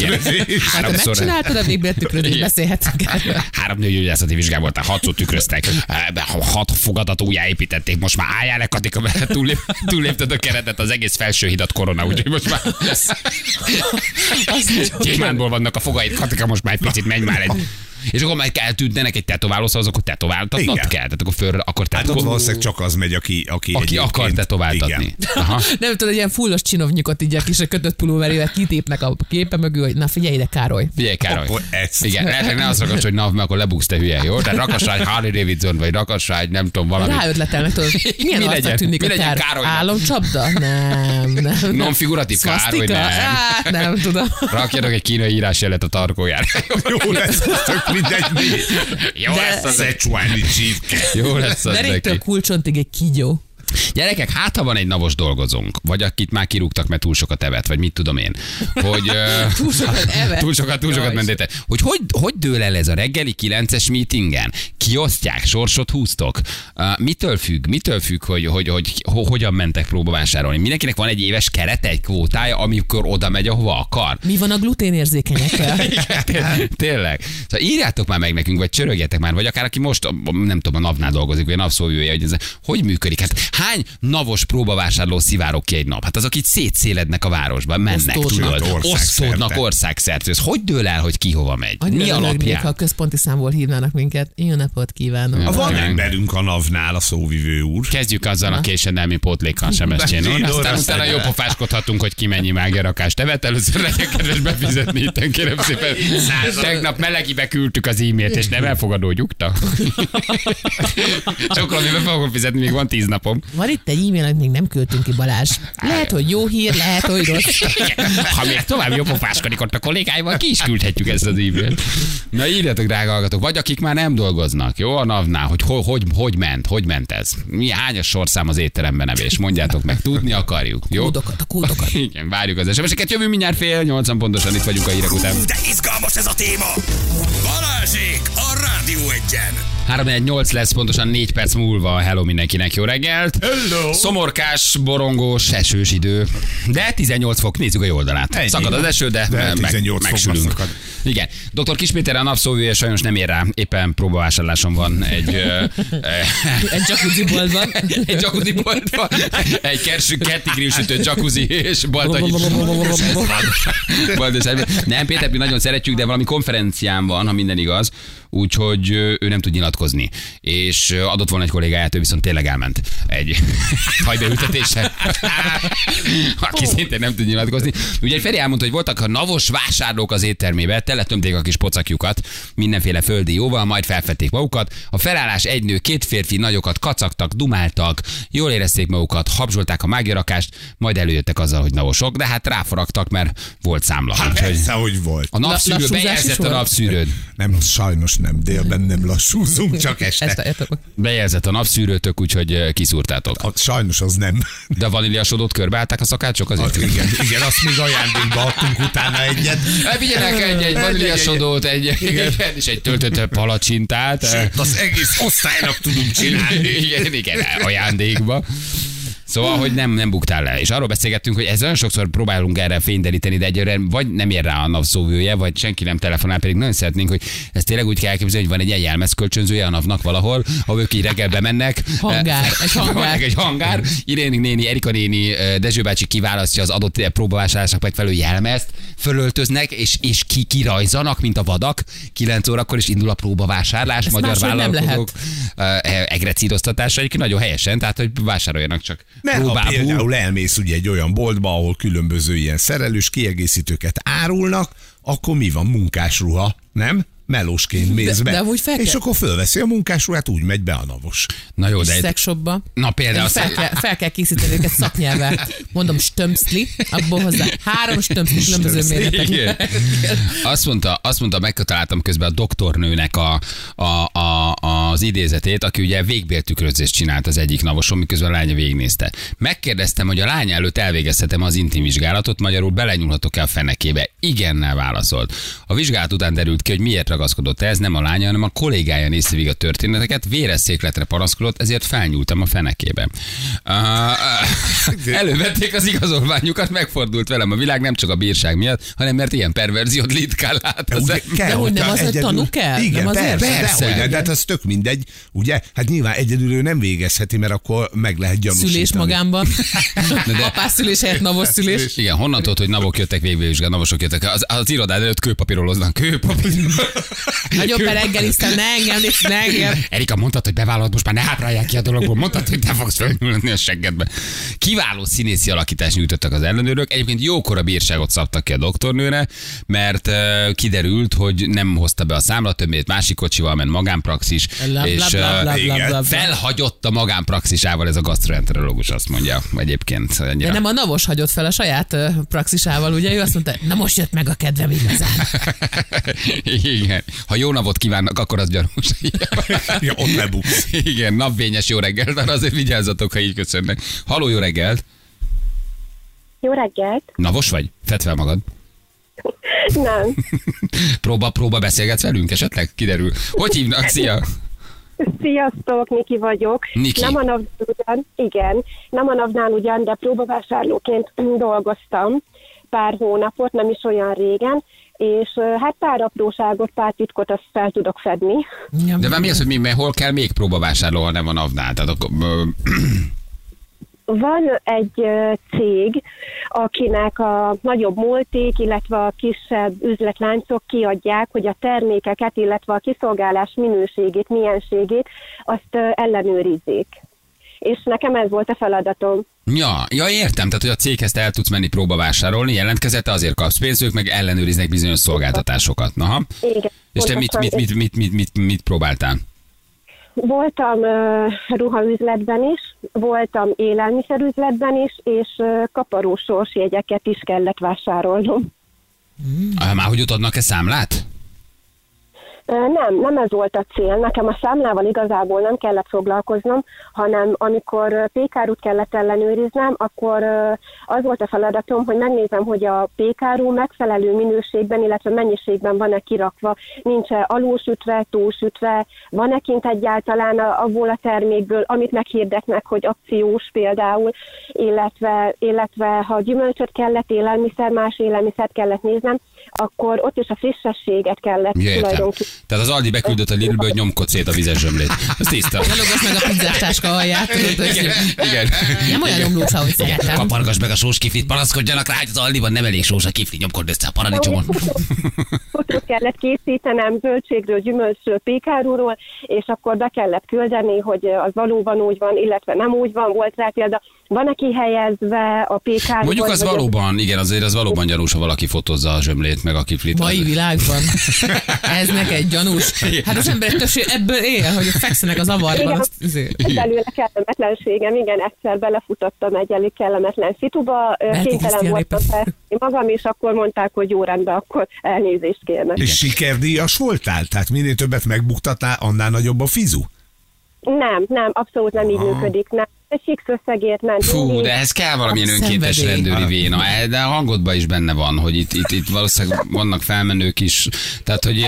Hát megcsináltad a végbéltükrözést, beszélhetünk erről. 3 nőgyógyászati vizsgán voltál, 6-szor tükröztek, 6 fogadat újjáépítették, most már álljál le, Katika, mert túllépted a keretet, az egész felső hidat korona, úgyhogy most már gyémántból vannak a fogaid, Katika, most már egy picit menj már egy És akkor majd eltűntenek egy tetoválószal, akkor tetováltatnod Igen. kell. Tehát akkor Hát ott valószínűleg csak az megy, aki akar tetováltatni. Igen. Aha. Nem tudod, egy ilyen fullos csinovnyikot így a kis kötött pulóverével kitépnek a képe mögül, hogy na figyelj ide, Károly. Figyelj, Károly. Akkor ezt. Igen, lehet, ne azt rakass, hogy NAV, mert akkor lebuksz, te hülye, jó? Tehát rakass rá egy Harley Davidson, vagy rakass rá egy nem tudom valami. Ráötletelnek, tudod, milyen Mi arcnak legyen? tűnik Mi a legyen Károlynak? Álomcsapda? Nem. Non-figuratív Károly, Szvasztika? nem. Á, nem tudom. Rakjanak egy kínai írásjelet a tarkójára. Jó lesz, tök mindegy mi. Jó lesz az Szecsuáni csípke. Jó lesz az Deréktől neki. kulcsontig egy kígyó. Gyerekek, hát ha van egy navos dolgozónk, vagy akit már kirúgtak, mert túl sokat evett, vagy mit tudom én, hogy Túl sokat evett? túl sokat mentél. Hogy dől el ez a reggeli 9-es meetingen? Kiosztják, sorsot húztok? Mitől függ, hogy hogyan mentek próbavásárolni? Mindenkinek van egy éves kerete, egy kvótája, amikor oda megy, ahova akar. Mi van a gluténérzékenyekkel? Tényleg. Szóval írjátok már meg nekünk, vagy csörögjetek már, vagy akár aki most, nem tudom, a NAV-nál dolgozik, vagy a NAV szóvivője, hogy ez hogy működik. Hát hány navos próbavásárló szivárok ki egy nap? Hát azok itt szétszélednek a városban, mennek, Osztódnak. tudod, osztódnak országszerte. Ez hogy dől el, hogy ki hova megy? Annyira Mi örülnék, alapján? ha a központi számból hívnának minket. Jó napot kívánok. Ja. Van Igen. emberünk a NAV-nál, a szóvivő úr. Kezdjük azzal a késedelmi pótlékkal Sebestyén. Aztán utána jó pofáskodhatunk, hogy ki mennyi mágiarakást tevet. Először legyen kedves befizetni itten, kérem szépen. Tegnap melegibe küldtük az e-mailt, és nem elfogadódjukta. Sokkal, amiben fogom fizetni, még van 10 napom. Van itt egy e-mail, amit még nem küldtünk ki, Balázs. Lehet, hogy jó hír, lehet, hogy rossz. Ha még tovább jó pofáskodik ott a kollégáival, ki is küldhetjük ezt az e-mailt. Na írjatok, drága hallgatók, vagy akik már nem dolgoznak, jó, a NAV-nál, hogy ment ez? Mi hányas sorszám az étteremben evés? Mondjátok meg, tudni akarjuk, jó? A kódokat. Igen, várjuk az SMS-eket, jövünk mindjárt 7:30 pontosan, itt vagyunk a hírek után. De izgalmas ez a téma! Balázsék a Rádió Egyen! 3:08 lesz pontosan 4 perc múlva. Hello mindenkinek, jó reggelt! Hello! Szomorkás, borongós, esős idő. De 18 fok, nézzük a jó oldalát. Ennyi. Szakad az eső, de 18 megsülünk. fokba szakad. Igen. Dr. Kis Péter a napszóvője sajnos nem ér rá. Éppen próbavásárláson van egy Egy jacuzzi boltban. egy jacuzzi boltban. Egy kerti grillsütő jacuzzi és baltagyi. Nem, Péter, mi nagyon szeretjük, de valami konferencián van, ha minden igaz, úgyhogy ő nem tud nyilatkozni. És adott volna egy kollégáját, ő viszont tényleg elment egy hajbeültetésre, aki szintén nem tud nyilatkozni. Ugye Feri elmondta, hogy voltak a navos vásárlók az éttermébe, teletömték a kis pocakjukat mindenféle földi jóval, majd felfedték magukat. A felállás egy nő, 2 férfi nagyokat kacagtak, dumáltak, jól érezték magukat, habzsolták a mágiarakást, majd előjöttek azzal, hogy navosok, de hát ráforogtak, mert volt számla. Hát Úgyhogy persze, hogy volt. a napszűrő, Lassúzás is bejelzett a volt? napszűrőd. Nem, sajnos nem. Délben nem lassúzunk, csak Ezt este. értek. Bejelzett a napszűrőtök, úgyhogy kiszúrtátok. Sajnos az nem. De a vaníliasodót körbeállták a szakácsok azért? Igen, azt még ajándékba adtunk utána egyet. Vigyenek egy vaníliasodót, és egy töltött palacsintát. Sőt, az egész osztálynak tudunk csinálni. Igen, ajándékba. Szóval, hogy nem buktál le. És arról beszélgettünk, hogy ez olyan sokszor próbálunk erre fényderíteni, de egyre vagy nem ér rá a NAV-szóvivője, vagy senki nem telefonál, pedig nagyon szeretnénk, hogy ezt tényleg úgy kell elképzelni, hogy van egy ilyen jelmezkölcsönzője a NAV-nak valahol, ahol ők így reggel bemennek. Egy hangár. Iréni néni, Erika néni, Dezső bácsi kiválasztja az adott próbavásárlásnak megfelelő jelmezt, fölöltöznek, és kirajzanak, mint a vadak. 9 órakor is indul a próbavásárlás, Ezt magyar máshogy nem vállalkozók egrecíroztatásra, egyébként nagyon helyesen, tehát hogy vásároljanak csak. Mert ha például elmész ugye egy olyan boltba, ahol különböző ilyen szerelős kiegészítőket árulnak, akkor mi van? Munkásruha, nem? Melósként mész be. De amúgy és akkor fölveszi a munkásruhát, úgy megy be a navos. Na jó, de Szexshopba. na például Fel kell készíteni őket szaknyelvvel. Mondom, stömszli, abból hozzá 3 stömszli különböző méretek. Igen. Azt mondta, megtaláltam közben a doktornőnek az idézetét, aki ugye végbéltükrözést csinált az egyik navoson, miközben a lánya végignézte. Megkérdeztem, hogy a lánya előtt elvégezhetem az intim vizsgálatot, magyarul belenyúlhatok-e a fenekébe. Igennel válaszolt. A vizsgálat után derült ki, hogy miért ragaszkodott ez, nem a lánya, hanem a kollégája nézte végig a történeteket, véres székletre panaszkodott, ezért felnyúltam a fenekébe. Elővették az igazolványukat, megfordult velem a világ, nem csak a bírság miatt, hanem mert ilyen perverziót ritkán lát. De hogy nem az, hogy tanú kell? Igen, Nem azért? persze. De hát az tök mindegy, ugye? Hát nyilván egyedül ő nem végezheti, mert akkor meg lehet gyanúsítani. Szülés magánban. Apás szülés helyett navos szülés. Igen, honnan tudod, hogy navok jöttek végvizsgálni, navosok jöttek? Az irodád előtt kőpapíroloznak. Nagyon bereggeliztem, ne engem. Erika, mondtad, hogy bevállalod, most már ne hátrálják ki a dologból. Mondtad, hogy te fogsz fölnyúlni a seggedbe. Kiváló színészi alakítást nyújtottak az ellenőrök. Egyébként jókora bírságot szabtak ki a doktornőre, mert kiderült, hogy nem hozta be a számlatömbét, másik kocsival ment magánpraxis, és felhagyott a magánpraxisával ez a gastroenterológus, azt mondja egyébként. De nem a Navos hagyott fel a saját praxisával, ugye? Ő azt mondta, na most jött meg a kedvem igazán. Igen. Ha jó napot kívánnak, akkor az gyanús. Ja, ott lebuksz. Igen, napfényes jó reggelt, arra azért vigyázzatok, ha így köszönnek. Halló, jó reggelt! Jó reggelt! Navos vagy? Tedd fel magad. Nem. Próba beszélgetsz velünk esetleg? Kiderül. Hogy hívnak? Szia! Sziasztok, Niki vagyok. Niki. Nem a NAV-nál ugyan, igen, nem a NAV-nál ugyan, de próbavásárlóként dolgoztam pár hónapot, nem is olyan régen, és hát pár apróságot, pár titkot azt fel tudok fedni. De már mi az, hogy hol kell még próbavásárló, ha nem a NAV-nál? Tehát akkor, Van egy cég, akinek a nagyobb multik, illetve a kisebb üzletláncok kiadják, hogy a termékeket, illetve a kiszolgálás minőségét, mienségét, azt ellenőrizzék. És nekem ez volt a feladatom. Ja, értem, tehát hogy a céghez te el tudsz menni próbavásárolni, jelentkezette, azért kapsz pénzt, ők meg ellenőriznek bizonyos szolgáltatásokat. Aha. Igen. És te mit próbáltál? Voltam ruhaüzletben is, voltam élelmiszerüzletben is, és kaparós sorsjegyeket is kellett vásárolnom. Már hogy ott adnak-e számlát? Nem ez volt a cél. Nekem a számlával igazából nem kellett foglalkoznom, hanem amikor pékárút kellett ellenőriznem, akkor az volt a feladatom, hogy megnézem, hogy a pékárú megfelelő minőségben, illetve mennyiségben van-e kirakva, nincs-e alulsütve, túlsütve, van-e kint egyáltalán abból a termékből, amit meghirdetnek, hogy akciós például, illetve ha gyümölcsöt kellett, más élelmiszert kellett néznem, akkor ott is a frissességet kellett tulajdonképpen. Tehát az Aldi beküldött a Lidlből, hogy nyomkod szét a vizes zsömlét. Ez tiszta. Gyalogos meg a pizzástáska alját. Igen. Nem olyan omlós, ahogy szeretem. Kapargass meg a sós kiflit, panaszkodjanak rá, hogy az Aldiban nem elég sós a kifli, nyomkod össze a paradicsomon. Fotót kellett készítenem zöldségről, gyümölcsről, pékárúról, és akkor be kellett küldeni, hogy az valóban úgy van, illetve nem úgy van, volt rá példa. Van-e kihelyezve a pékárú? Mondjuk az valóban, igen, azért az valóban gyanús, ha valaki fotózza a zsömlét, meg a kiflit. Mai világban. Ez neked gyanús. Hát az emberek többség ebből él, hogy fekszenek az avarban. Belőle kellemetlenségem, igen, egyszer belefutottam egy elég kellemetlen szituba, kénytelen voltam felszínni magam, és akkor mondták, hogy jó rendben, akkor elnézést kérnek. És sikerdíjas voltál? Tehát minél többet megbuktatál, annál nagyobb a fizu? Nem, abszolút nem így működik, nem. Egy fix összegért ment. Fú, de ehhez kell valamilyen önkéntes rendőri véna. De a hangodban is benne van, hogy itt valószínűleg vannak felmenők is. Tehát, hogy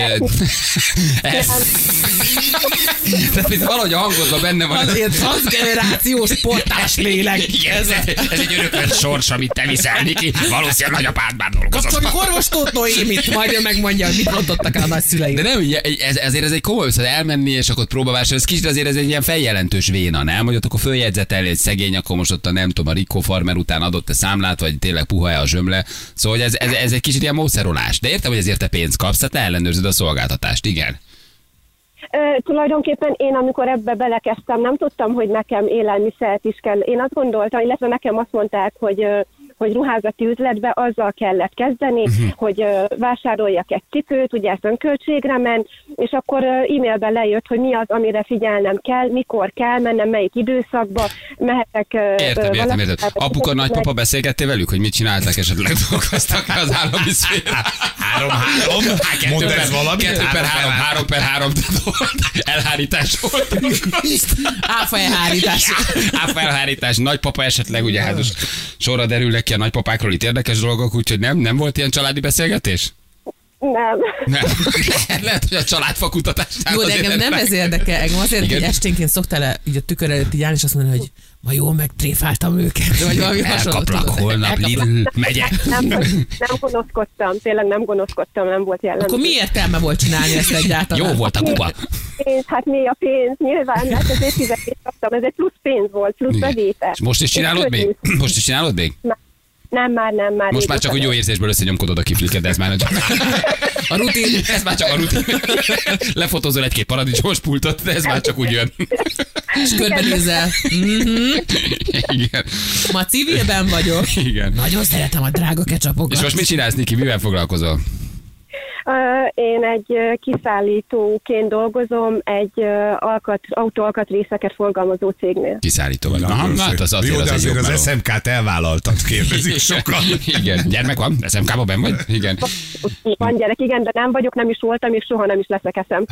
tehát itt valahogy a hangodban benne van. Az ilyen transzgenerációs portás lélek. Ez egy örökös sors, amit te viszel, Niki. Valószínűleg nagyapádban dolgozott. Kapcsoljuk orvostót Noémit, majd ő megmondja, hogy mit mondottak el a nagyszüleim. De nem, ezért ez egy komoly, szóval elmenni, és akkor próbavásárolni, ez kicsit azért ez egy ilyen feljelentős véna, nem? Hogy ott akkor följegyzetel egy szegény, akkor most ott nem tudom, a Rico Farmer után adott-e számlát, vagy tényleg puha-e a zsömle. Szóval hogy ez egy kicsit ilyen mószerolás. De értem, hogy ezért te pénzt kapsz, tehát te ellenőrzöd a szolgáltatást, igen. Tulajdonképpen én, amikor ebbe belekezdtem, nem tudtam, hogy nekem élelmiszert is kell. Én azt gondoltam, illetve nekem azt mondták, hogy ruházati üzletbe azzal kellett kezdeni, hogy vásároljak egy cipőt, ugye ez önköltségre ment, és akkor e-mailben lejött, hogy mi az, amire figyelnem kell, mikor kell mennem, melyik időszakba, mehetek... Értem. Apuka, nagypapa, beszélgettél velük, hogy mit csináltak, esetleg dolgoztak az állami szférát? 3-3? Mondd ez valamit? 2/3, elhárítás volt. Áfa elhárítás. Nagypapa esetleg, ugye hát sorra derülnek ki a nagypapákról itt érdekes dolgok, úgyhogy nem volt ilyen családi beszélgetés? Nem. Lehet, hogy a családfakutatásnál. Jó, de engem nem ez érdekel. Engem az érdekel, hogy esténként szoktál így a tükör előtt így állni, és azt mondani, hogy ma jól megtréfáltam őket, vagy valami hasonló. Elkaplak holnap, megyek. Nem gonoszkodtam, tényleg nem gonoszkodtam, nem volt jellemző. Akkor mi értelme volt csinálni ezt egyáltalán? Jó volt a kupa. Hát mi a pénz? Nyilván, hát ezért fizetést kaptam, ez egy plusz pénz volt, plusz bevétel. És most is csinálod még? Nem, már. Most már csak, hogy jó érzésből összenyomkodod a kifliket, de ez már A rutin. Ez már csak a rutin. Lefotózol egy-két paradicsomos pultot, de ez már csak úgy jön. És körbenézel. Igen. Ma civilben vagyok. Igen. Nagyon szeretem a drága ketchupokat. És most mit csinálsz, Niki? Mivel foglalkozol? Én egy kiszállítóként dolgozom egy autóalkatrészeket forgalmazó cégnél. Kiszállító vagy. Aha, hát az Jó, de egy azért jobb meló. az SMK-t elvállaltad, kérdezik sokan. Igen. Gyermek van? SMK-ban benn vagy? Igen. Van gyerek, igen, de nem vagyok, nem is voltam, és soha nem is leszek SMK.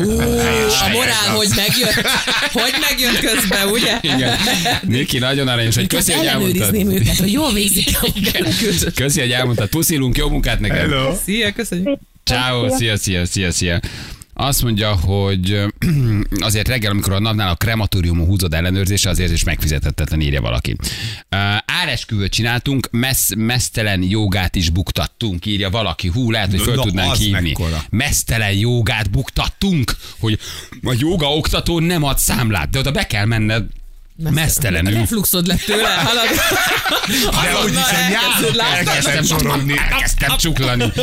A morál, hogy megjött. Hogy megjött közben, ugye? Igen. Niki, nagyon aranyos, hogy köszi, hogy elmondtad. Ellenőrizném őket, hogy jól végzik a munkát. Köszi, hogy elmondtad. Puszilunk, jó munkát neked. Hello. Szia, köszönjük. Ciao, szia. Azt mondja, hogy azért reggel, amikor a napnál a krematóriumon húzod ellenőrzése, azért is megfizethetetlen, írja valaki. Áresküvőt csináltunk, mesztelen jogát is buktattunk, írja valaki. Hú, lehet, hogy föl tudnánk hívni. Mekkora. Mesztelen jogát buktattunk, hogy a joga oktató nem ad számlát, de oda be kell menned. Mesztelenül. Refluxod lett tőle, halad. De úgy hiszem, elkezdtem sorolni. Elkezdtem csuklani.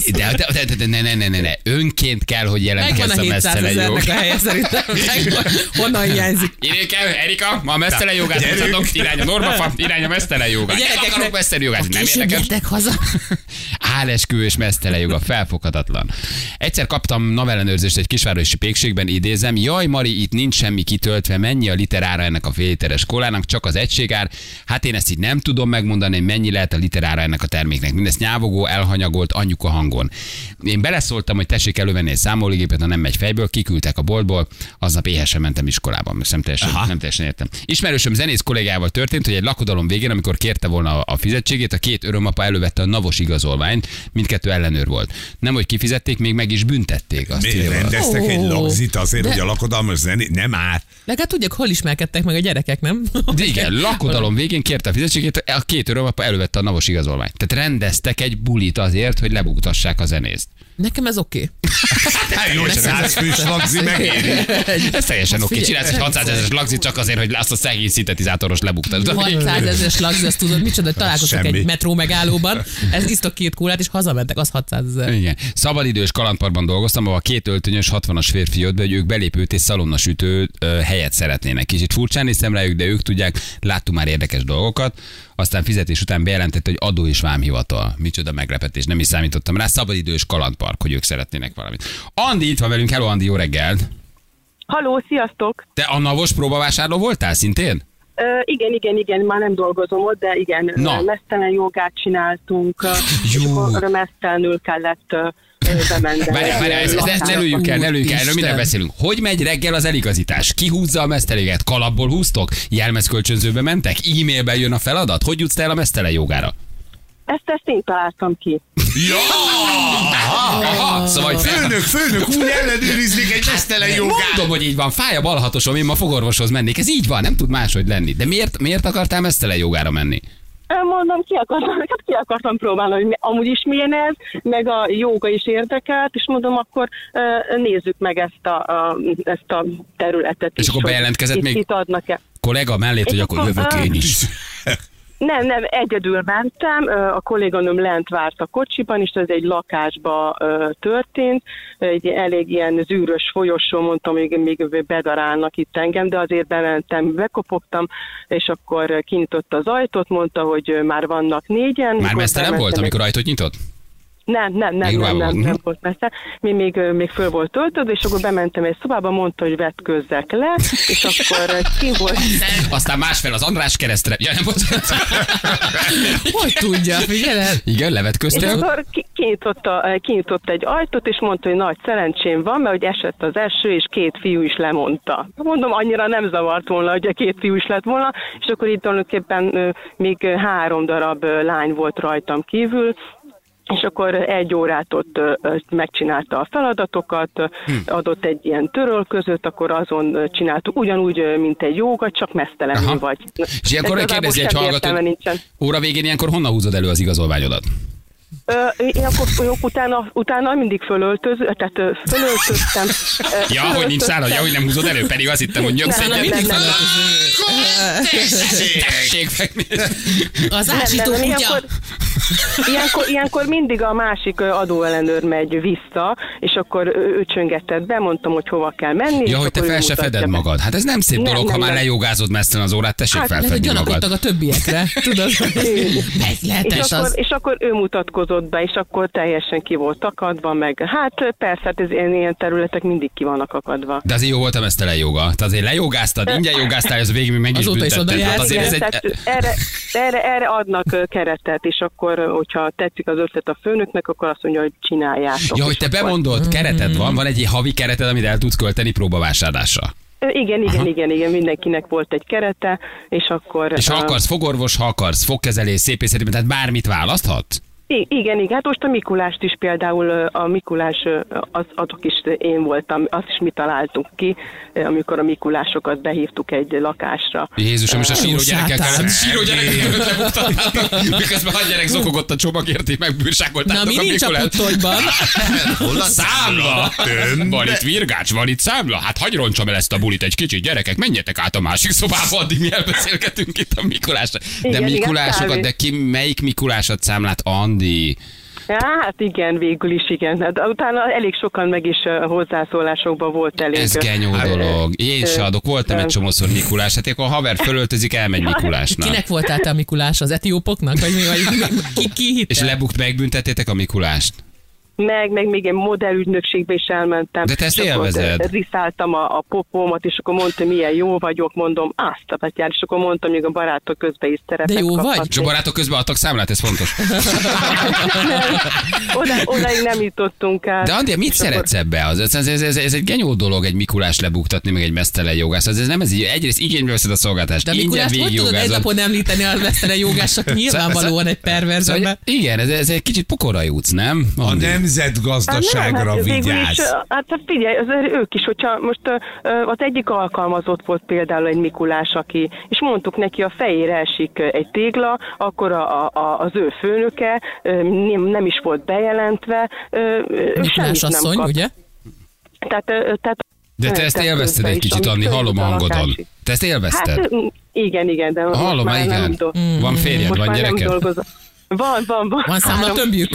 De ne. Önként kell, hogy Megvan jelentkezz a a 700 mesztelen jog. 000-nek a helye szerintem. Honnan hiányzik? Írjék el, Erika, ma a mesztelen jogát mutatom, irány a normafa, irány a mesztelen jogát. Nem akarok mesztelen jogát, nem érdekes. Gyertek haza. Álesküvő és mesztelen joga, felfoghatatlan. Egyszer kaptam navellenőrzést egy kisvárosi pékségben, idézem, jaj Mari, itt nincs semmi kitöltve, mennyi a literára ennek a fél literes kólának, csak az egységár. Hát én ezt így nem tudom megmondani, hogy mennyi lehet a literára ennek a terméknek. Mindezt nyávogó, elhanyagolt anyuka hangon. Én beleszóltam, hogy tessék elővenni egy számológépet, ha nem megy fejből, kiküldtek a boltból, aznap éhesen mentem iskolába, nem teljesen értem. Ismerősöm zenész kollégával történt, hogy egy lakodalom végén, amikor kérte volna a fizetségét, a két örömapa elővette a NAV-os igazolványt, mindkettő ellenőr volt. Nem, hogy kifizették, még meg is büntették. Azt Miért rendeztek egy lagzit azért, hogy a lakodalmas zené nem áll? Legalább tudják, hol ismerkedtek meg a gyerekek, nem? De igen, lakodalom végén kérte a fizetségét, a két örömapa elővette a NAV-os igazolványt. Tehát rendeztek egy bulit azért, hogy lebuktassák a zenészt. Nekem ez oké. Hát jó, 100 fős lagzi megéri. Ez teljesen oké. Csinálsz egy 600 ezeres lagzit csak azért, hogy azt a szegény szintetizátoros lebuktad. 600 ezeres lagzi, ezt tudod, micsoda, találkoztak Semmi. egy metró megállóban, ez isztok két kólát, és hazamentek, az 600 000. Igen. Szabadidős kalandparkban dolgoztam, ahol két öltönyös 60-as férfi jött be, hogy ők belépőt és szalonnasütő helyet szeretnének. Kicsit furcsán néztem rájuk, de ők tudják, láttunk már érdekes dolgokat. Aztán fizetés után bejelentette, hogy adó és vámhivatal. Micsoda meglepetés, nem is számítottam rá. Szabadidős kalandpark, hogy ők szeretnének valamit. Andi itt van velünk, hello Andi, jó reggelt! Halló, sziasztok! Te a NAV-os próbavásárló voltál szintén? Igen, már nem dolgozom ott, de igen, mesztelen jogát csináltunk, és akkor mesztelenül kellett bemenni. Várjál, ezt ne lőjünk el, erről minden beszélünk. Hogy megy reggel az eligazítás? Ki húzza a meszteléget? Kalapból húztok? Jelmezkölcsönzőbe mentek? E-mailben jön a feladat? Hogy jutsz te el a mesztelen jogára? Ezt én találtam ki. Ja! Aha, szóval Főnök, úgy ellenőriznék egy mesztelen jogát. mondom, hogy így van, fáj a balhatosom, én ma fogorvoshoz mennék. Ez így van, nem tud máshogy lenni. De miért akartál mesztelen jogára menni? Mondom, ki akartam próbálni, hogy amúgy is milyen ez, meg a jóga is érdekelt, és mondom, akkor nézzük meg ezt a területet és is. Akkor bejelentkezett még itt adnak-e. kollega mellét, hogy akkor jövök én is. Nem, egyedül mentem, a kolléganőm lent várt a kocsiban, és ez egy lakásba történt, egy elég ilyen zűrös folyosó, mondtam, hogy még bedarálnak itt engem, de azért bementem, bekopogtam, és akkor kinyitott az ajtót, mondta, hogy már vannak 4-en. Már mesztelen volt, amikor ajtót nyitott? Nem volt messze. Még föl volt töltődve, és akkor bementem egy szobába, mondta, hogy vetkőzzek le, és akkor ki volt. Aztán másfél az András keresztre. Ja, nem bocsánat. Hogy tudja, figyeled? Igen, És levetköztél? akkor kinyitott egy ajtót, és mondta, hogy nagy szerencsém van, mert hogy esett az eső, és 2 fiú is lemondta. Mondom, annyira nem zavart volna, hogy a 2 fiú is lett volna, és akkor itt tulajdonképpen még 3 darab lány volt rajtam kívül, és akkor 1 órát ott megcsinálta a feladatokat, adott egy ilyen törölközőt, akkor azon csináltuk, ugyanúgy, mint egy jóga, csak mesztelenül vagy. És ilyenkor kérdezi egy hallgató, óra végén ilyenkor honnan húzod elő az igazolványodat? Én akkor utána mindig fölöltöztem. Ja, hogy nincs szállad, ja, hogy nem húzod elő, pedig azt hittem, hogy nyögsz egyet. Az ásító kutya. Ilyenkor mindig a másik adóellenőr megy vissza, és akkor ő csöngetett be, mondtam, hogy hova kell menni. Ja, hogy te fel se feded magad. Hát ez nem szép dolog, ha már lejogázod messzen az órát, tessék felfedni magad. Gyanakítag a többiekre, tudod? És akkor ő mutatkozott be, és akkor teljesen ki volt akadva, meg hát persze, hát ez ilyen területek mindig ki vannak akadva. De azért jó volt a mesztelen joga. Te azért lejogáztad, ingyen jogáztál, ez végül meg is büntetted. Hát azért erre adnak keretet, és akkor, hogyha tetszik az ötlet a főnöknek, akkor azt mondja, hogy csináljátok. Ja, hogy te bemondod, kereted van egy havi kereted, amit el tudsz költeni próbavásárlásra. Igen, mindenkinek volt egy kerete, és akkor... És ha akarsz fogorvos, ha akarsz fogkezelés, szépészeti, tehát bármit választhat? Igen, hát most a Mikulást is például, a Mikulás, azok is én voltam, azt is mi találtuk ki, amikor a Mikulásokat behívtuk egy lakásra. Jézusom, és a síró gyerekekkel lebuktatnátok, miközben a gyerek zokogott a csomagért, megbűrságoltátok a Mikulást. Na, mi nincs a puttonyban? Számla! Van itt virgács, van itt számla? Hát hagyj roncsam el ezt a bulit egy kicsit, gyerekek, menjetek át a másik szobába, addig mi elbeszélgetünk itt a Mikulásra. De Mikulásokat, de ki melyik Mikulásat számlát, Andi? Hát igen, végül is igen. De utána elég sokan meg is hozzászólásokban volt elég. Ez genyó dolog. Én se adok, voltam egy csomószor Mikulás. Hát akkor a haver fölöltözik, elmegy Mikulásnak. Kinek voltál te a Mikulás? Az etiópoknak? Vagy ki hitte? És megbüntettétek a Mikulást? Meg még egy modellügynökségbe is elmentem. De te ezt élvezed. Riszáltam a popómat, és akkor mondtam, milyen jó vagyok, mondom, azt a betyár, és akkor mondtam, még a barátok közben is szeretek. De jó kaphatni. vagy? És a barátok közben adtak számlát, ez fontos. Odaig nem jutottunk el. De Andi, mit szeretsz ebbe? Ez egy genyó dolog, egy Mikulás lebuktatni, meg egy mesztelen jogász. Ez nem ez így. Egyrészt igénybe veszed a szolgáltást. De a Mikulást hogy tudod egy napon említeni a mesztelen jogásnak? Nyilvánvalóan egy perverz ember. Igen, ez egy kicsit pokorra jutsz, nem? A nemzetgazdaságra vigyázz. Hát figyelj, ők is, hogyha most az egyik alkalmazott volt például egy Mikulás, aki, és mondtuk neki, a fejére esik egy tégla, akkor az ő főnöke nem is volt bejelentve. Mikulás asszony, ugye? Tehát de te ezt élvezted egy kicsit, Anni, hallom a hangodon. Te ezt élvezted? Hát, igen, de hallom, most már igen. Van férjed, van gyereked? Van. Van számlatömbjük?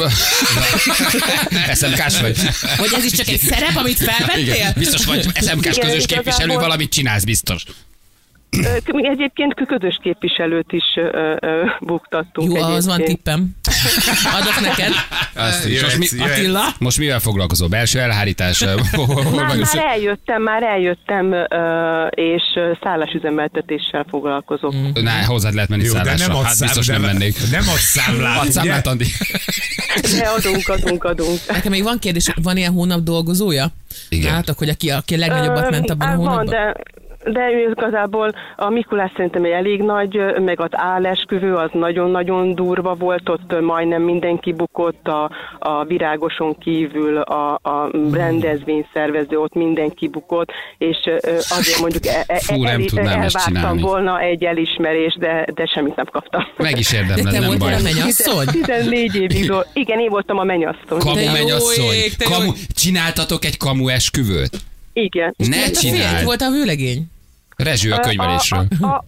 SMK-s vagy. Vagy ez is csak egy szerep, amit felvettél? Igen, biztos vagy SMK-s Igen, közös képviselő, igazából... valamit csinálsz biztos. Egyébként közös képviselőt is buktattunk. Jó, az van tippem. Adok neked. Attila? Most mivel foglalkozol? Belső elhárítás? Már eljöttem, és szállásüzemeltetéssel foglalkozok. Na, hozzád lehet menni szállásra. Hát biztos nem mennék. Nem adsz számlát. Adsz számlát, Andi. De adunk. Nekem még van kérdés, van ilyen hónap dolgozója? Igen. Látok, hogy aki a legnagyobbat ment abban a hónapban? De igazából a Mikulás szerintem egy elég nagy, meg az álesküvő az nagyon-nagyon durva volt, ott majdnem mindenki bukott, a virágoson kívül a rendezvényszervező, ott mindenki bukott, és azért mondjuk elvártam volna egy elismerést, de semmit nem kaptam. Meg is érdemled, de te nem baj. A mennyasszony? 14 évig igen, én voltam a mennyasszony. Kamu mennyasszony. Csináltatok egy kamu esküvőt? Igen. Ne csináld! Volt a vőlegény? Rezső a könyvelésről.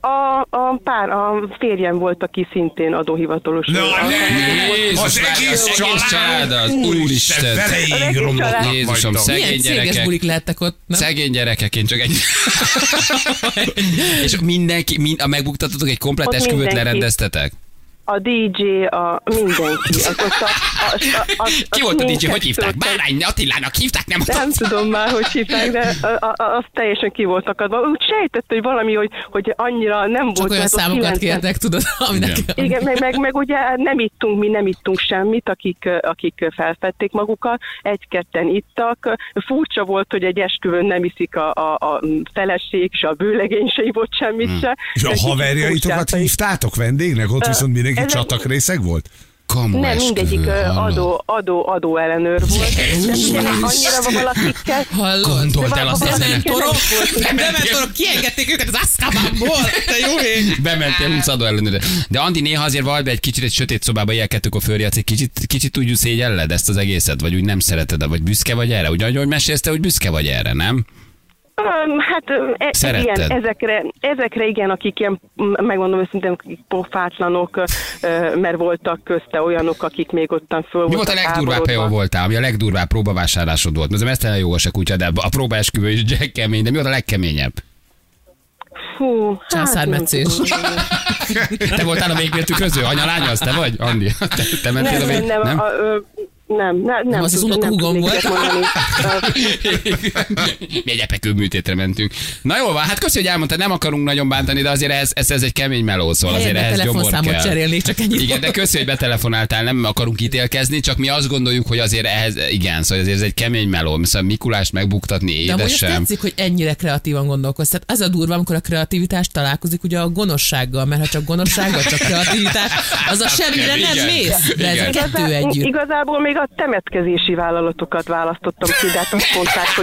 A férjem volt, aki szintén adóhivatalos. Az egész család az Úristen. Feléig romlott. Jézusom, szegény milyen céges gyerekek. bulik lettek ott, nem? Szegény gyerekek, én csak egy... És mindenki, megbuktatotok egy komplett esküvőt lerendeztetek? A DJ, mindenki. Ki volt a DJ? Hogy hívták? Bárány Attilának hívták? Nem tudom már, hogy hívták, de az teljesen ki volt akadva. Úgy sejtett, hogy valami, hogy annyira nem volt. Csak olyan számokat kértek, tudod? Igen, meg ugye nem ittunk semmit, akik felfedték magukat. Egy-ketten ittak. Furcsa volt, hogy egy esküvőn nem iszik a feleség, és a bőlegény se ivott semmit se. És a haverjaitokat hívtátok vendégnek? Ott viszont mindenki csatakrészeg volt? Nem, mindegyik adó ellenőr volt. De annyira valakikkel... Gondoltál azt az Dementorok, kiengedték őket az Azkabanból. Te jó ég! Bementél 20 adó ellenőre. De Andi, néha azért vald be egy kicsit egy sötét szobába, éjjel-kettőkor fölriadsz, egy kicsit úgy szégyelled ezt az egészet, vagy úgy nem szereted, vagy büszke vagy erre? Úgy, ahogy mesélsz te, hogy büszke vagy erre, nem? Hát Szeretted? igen, ezekre igen, akik ilyen, megmondom őszintén, akik pofátlanok, mert voltak közte olyanok, akik még ottan föl Mi volt a legdurvább, ahol voltál, ami a legdurvább próbavásárlásod volt? Ez mesztelen jó a se kutya, de a próbaesküvő is kemény, de mi volt a legkeményebb? Fú, Császármetszés. Te voltál a végbéltükröző? Anyalány az, te vagy? Andi, te mentél a vég... Nem, az unokahúgom volt. Mi egy epekő műtétre mentünk. Na jól van, hát köszönjük, hogy elmondtad, nem akarunk nagyon bántani, de azért ez egy kemény meló, szóval azért ehhez gyomor telefonszámot kell. cserélnék, csak ennyit. Igen, de köszönjük, hogy betelefonáltál, nem akarunk ítélkezni, csak mi azt gondoljuk, hogy azért ehhez, igen, szóval azért ez egy kemény meló, szóval Mikulást megbuktatni De amúgy azt édesem. tetszik, hogy ennyire kreatívan gondolkozz. Tehát az a durva, amikor a kreativitás találkozik ugye a gonoszsággal, mert ha csak gonoszsággal, csak kreativitás, az a semmire nem Igen. mész. De ez a Igen. kettő együtt. Igazából még a temetkezési vállalatokat választottam ki, de hát azt mondták, hogy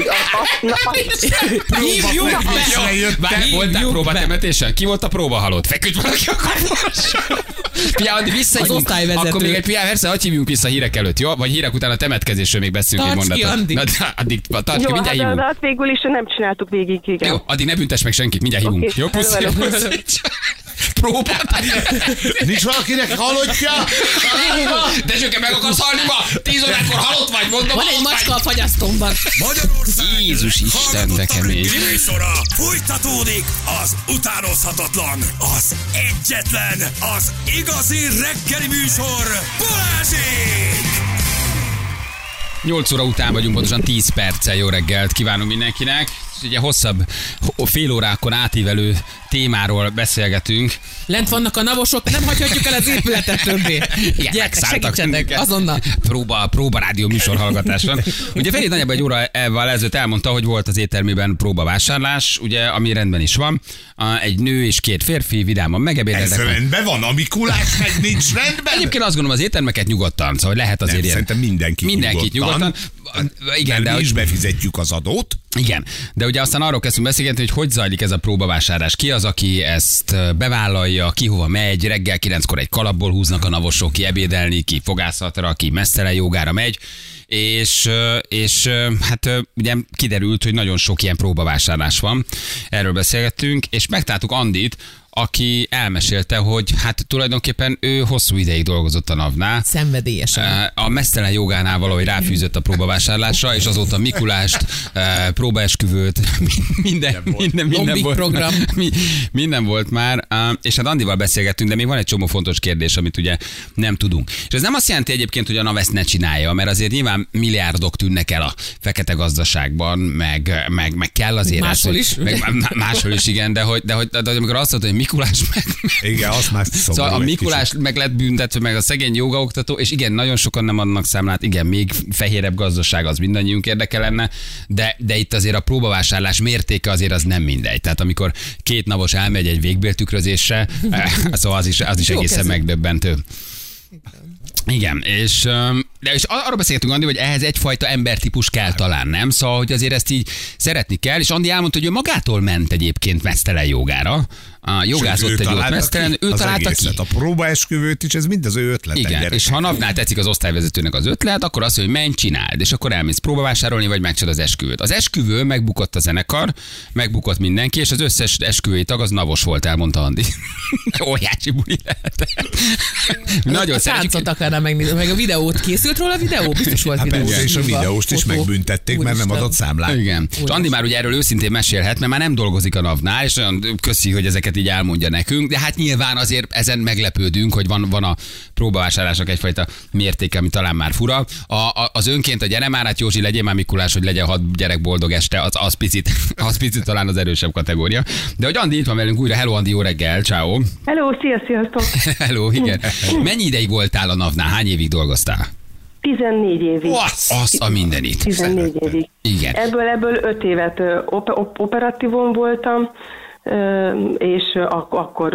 Hívjuk be! Voltál próbatemetésen? Ki volt a próbahalott? Feküdt valaki a kaporsra? Pia, Andi, visszahívunk. Az osztályvezető. Akkor még egy Pia, persze, hogy hívjunk vissza hírek előtt, jó? Vagy hírek után a temetkezésről még beszélünk egy Tarts ki, mondatot. Andi. Na, addig tarts ki, jó, mindjárt de hívunk. hát végül is nem csináltuk végig, igen. Jó, addig ne büntess meg senkit, mindjárt hívunk. Oké, Jó, puszi. hello, hello. Puszi. Próbát. Nincs valakinek halottja? Dezsőke, meg akarsz halni ma? 10 órakor halott vagy, mondom. Van egy halott macska a vagy. fagyasztómban. Magyarország Jézus Isten, de kemény. reggeli műsora folytatódik az utánozhatatlan, az egyetlen, az igazi reggeli műsor, Balázsék! 8 óra után vagyunk, pontosan 10 perccel. Jó reggelt kívánunk mindenkinek. És ugye hosszabb, fél órákon átívelő témáról beszélgetünk. Lent vannak a navosok, nem hagyhatjuk el az épületet többé. Igen, Gyertek, megszálltak segítsetek, minket. azonnal. Próba rádió műsorhallgatáson. Ugye Feri nagyjából egy órával ezelőtt elmondta, hogy volt az éttermében próbavásárlás, ugye, ami rendben is van. Egy nő és 2 férfi vidáman Ez megebédeltek. rendben van, a Mikulás meg nincs rendben. Egyébként azt gondolom, az éttermeket nyugodtan, szóval lehet azért Nem, ilyen. szerintem mindenkit nyugodtan. Igen, mert de mi is befizetjük az adót. igen, de ugye aztán arról kezdtünk beszélgetni, hogy zajlik ez a próbavásárlás. Ki az, aki ezt bevállalja, ki hova megy, reggel 9-kor egy kalapból húznak a navosok, ki ebédelni, ki fogászatra, ki mesztelen jogára megy, és hát ugye kiderült, hogy nagyon sok ilyen próbavásárlás van. Erről beszélgettünk, és megtaláltuk Andit, aki elmesélte, hogy hát tulajdonképpen ő hosszú ideig dolgozott a NAV-nál. Szenvedélyesen. A mesztelen jogánál valahogy ráfűzött a próbavásárlásra, és azóta Mikulást, próbaesküvőt, minden Lombik volt. program. Minden volt már, és hát Andival beszélgettünk, de még van egy csomó fontos kérdés, amit ugye nem tudunk. És ez nem azt jelenti egyébként, hogy a NAV ezt ne csinálja, mert azért nyilván milliárdok tűnnek el a fekete gazdaságban, meg kell azért. Máshol ez, is. Meg, máshol is, igen, de amikor azt mondod, hogy Mikulás meg... Igen, azt már Szóval a Mikulás meg lett büntetve, meg a szegény jogaoktató, és igen, nagyon sokan nem adnak számlát, igen, még fehérebb gazdaság az mindannyiunk érdeke lenne, de itt azért a próbavásárlás mértéke azért az nem mindegy. Tehát amikor 2 navos elmegy egy végbéltükrözésre, szóval az is Jó egészen kezű. megdöbbentő. Igen, és arról beszéltünk, Andi, hogy ehhez egyfajta embertípus kell talán, nem? Szóval, hogy azért ezt így szeretni kell, és Andi elmondta, hogy ő magától ment egyébként mesztelen jogára. Jogázott egy jót mesztelen, ő találta ki. A próbaesküvőt is, ez mind az ő ötlete. Igen, gyerekek. és ha napnál tetszik az osztályvezetőnek az ötlet, akkor azt mondja, hogy menj, csináld, és akkor elmész próbavásárolni, vagy megcsinálod az esküvőt. Az esküvő megbukott a zenekar, megbukott mindenki, és az összes esküvői tag az navos volt, elmondta Andi. Óriási buli lehetett. Nagyon A szeretjük. táncot akarna megnézni, meg a videót készült róla a videó, biztos volt Hát videó. persze, és a videóst is Fotó. megbüntették, mert nem Úristen. adott számlát. Igen. És Andi már ugye erről őszintén mesélhet, mert már nem dolgozik a NAV-nál, és olyan köszi, hogy ezeket így elmondja nekünk, de hát nyilván azért ezen meglepődünk, hogy van a próbavásárlásnak egyfajta mértéke, ami talán már fura. Az önként a gyere már, hát Józsi, legyél már Mikulás, hogy legyen 6 gyerek boldog este, az picit talán az erősebb kategória. De hogy Andi itt van velünk újra, hello Andi, jó reggel, ciao. Hello, sziasztok! Hello, igen. Mennyi ideig voltál a NAV-nál, hány évig dolgoztál? 14 évig. Az a mindenit. 14 évig. Igen. Ebből 5 évet operatívon voltam, és akkor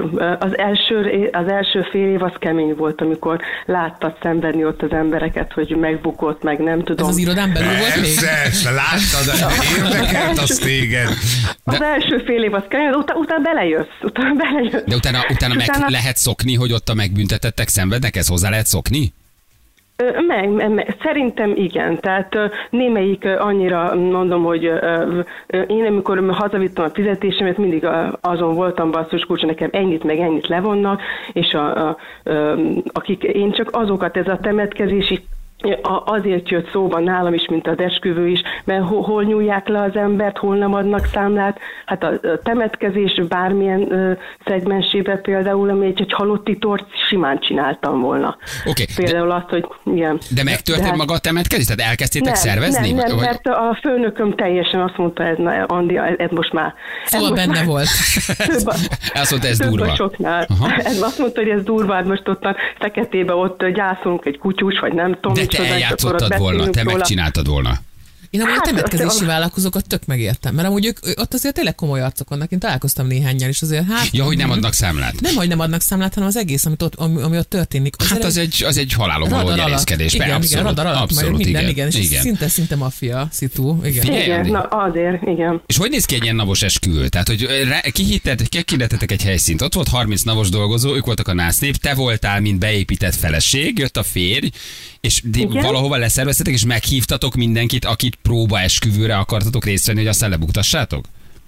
az első fél év az kemény volt, amikor láttad szenvedni ott az embereket, hogy megbukott, meg nem Ez tudom. az irodán belül volt még? Persze, láttad, érdekelt az téged. Az első fél év az kemény, utána belejössz. De utána meg lehet szokni, hogy ott a megbüntetettek szenvednek, ez hozzá lehet szokni? Szerintem igen, tehát némelyik annyira mondom, hogy én amikor hazavittem a fizetésemet, mindig azon voltam, basszus kulcs, nekem ennyit meg ennyit levonnak, és akik én csak azokat, ez a temetkezési azért jött szóba nálam is, mint az esküvő is, mert hol nyúlják le az embert, hol nem adnak számlát. Hát a temetkezés bármilyen szegmensében például, ami egy halotti tort simán csináltam volna. Okay, például azt, hogy igen. De megtörtént maga a temetkezés? Tehát elkezdtétek szervezni? Nem, mert a főnököm teljesen azt mondta, Andi, ez most már... Szóval benne volt. Azt mondta, ez durva. Azt mondta, hogy ez durva, most ott a feketébe ott gyászolunk egy kutyus, vagy nem tudom. De te eljátszottad volna, te megcsináltad volna. Én amúgy a temetkezési vállalkozókat tök megértem, mert amúgy ők ott azért tényleg komoly arcok vannak. Én találkoztam néhánnyal is azért. Ja, hogy nem adnak számlát. Nem, hogy nem adnak számlát, hanem az egész, ami ott történik. Az egy halálon való nyerészkedés. Igen, radar alatt, abszolút, minden, igen. És szinte maffia szitu. Igen, na azért, igen. És hogy néz ki egy ilyen navos esküvő? Tehát, hogy kihirdetetek egy helyszínt. Ott volt 30 navos dolgozó, ők voltak a násznép, te voltál, mint beépített feleség, jött a férj, és valahova leszerveztetek, és meghívtatok mindenkit, akit próbaesküvőre akartatok részt venni, hogy aztán lebuktassátok?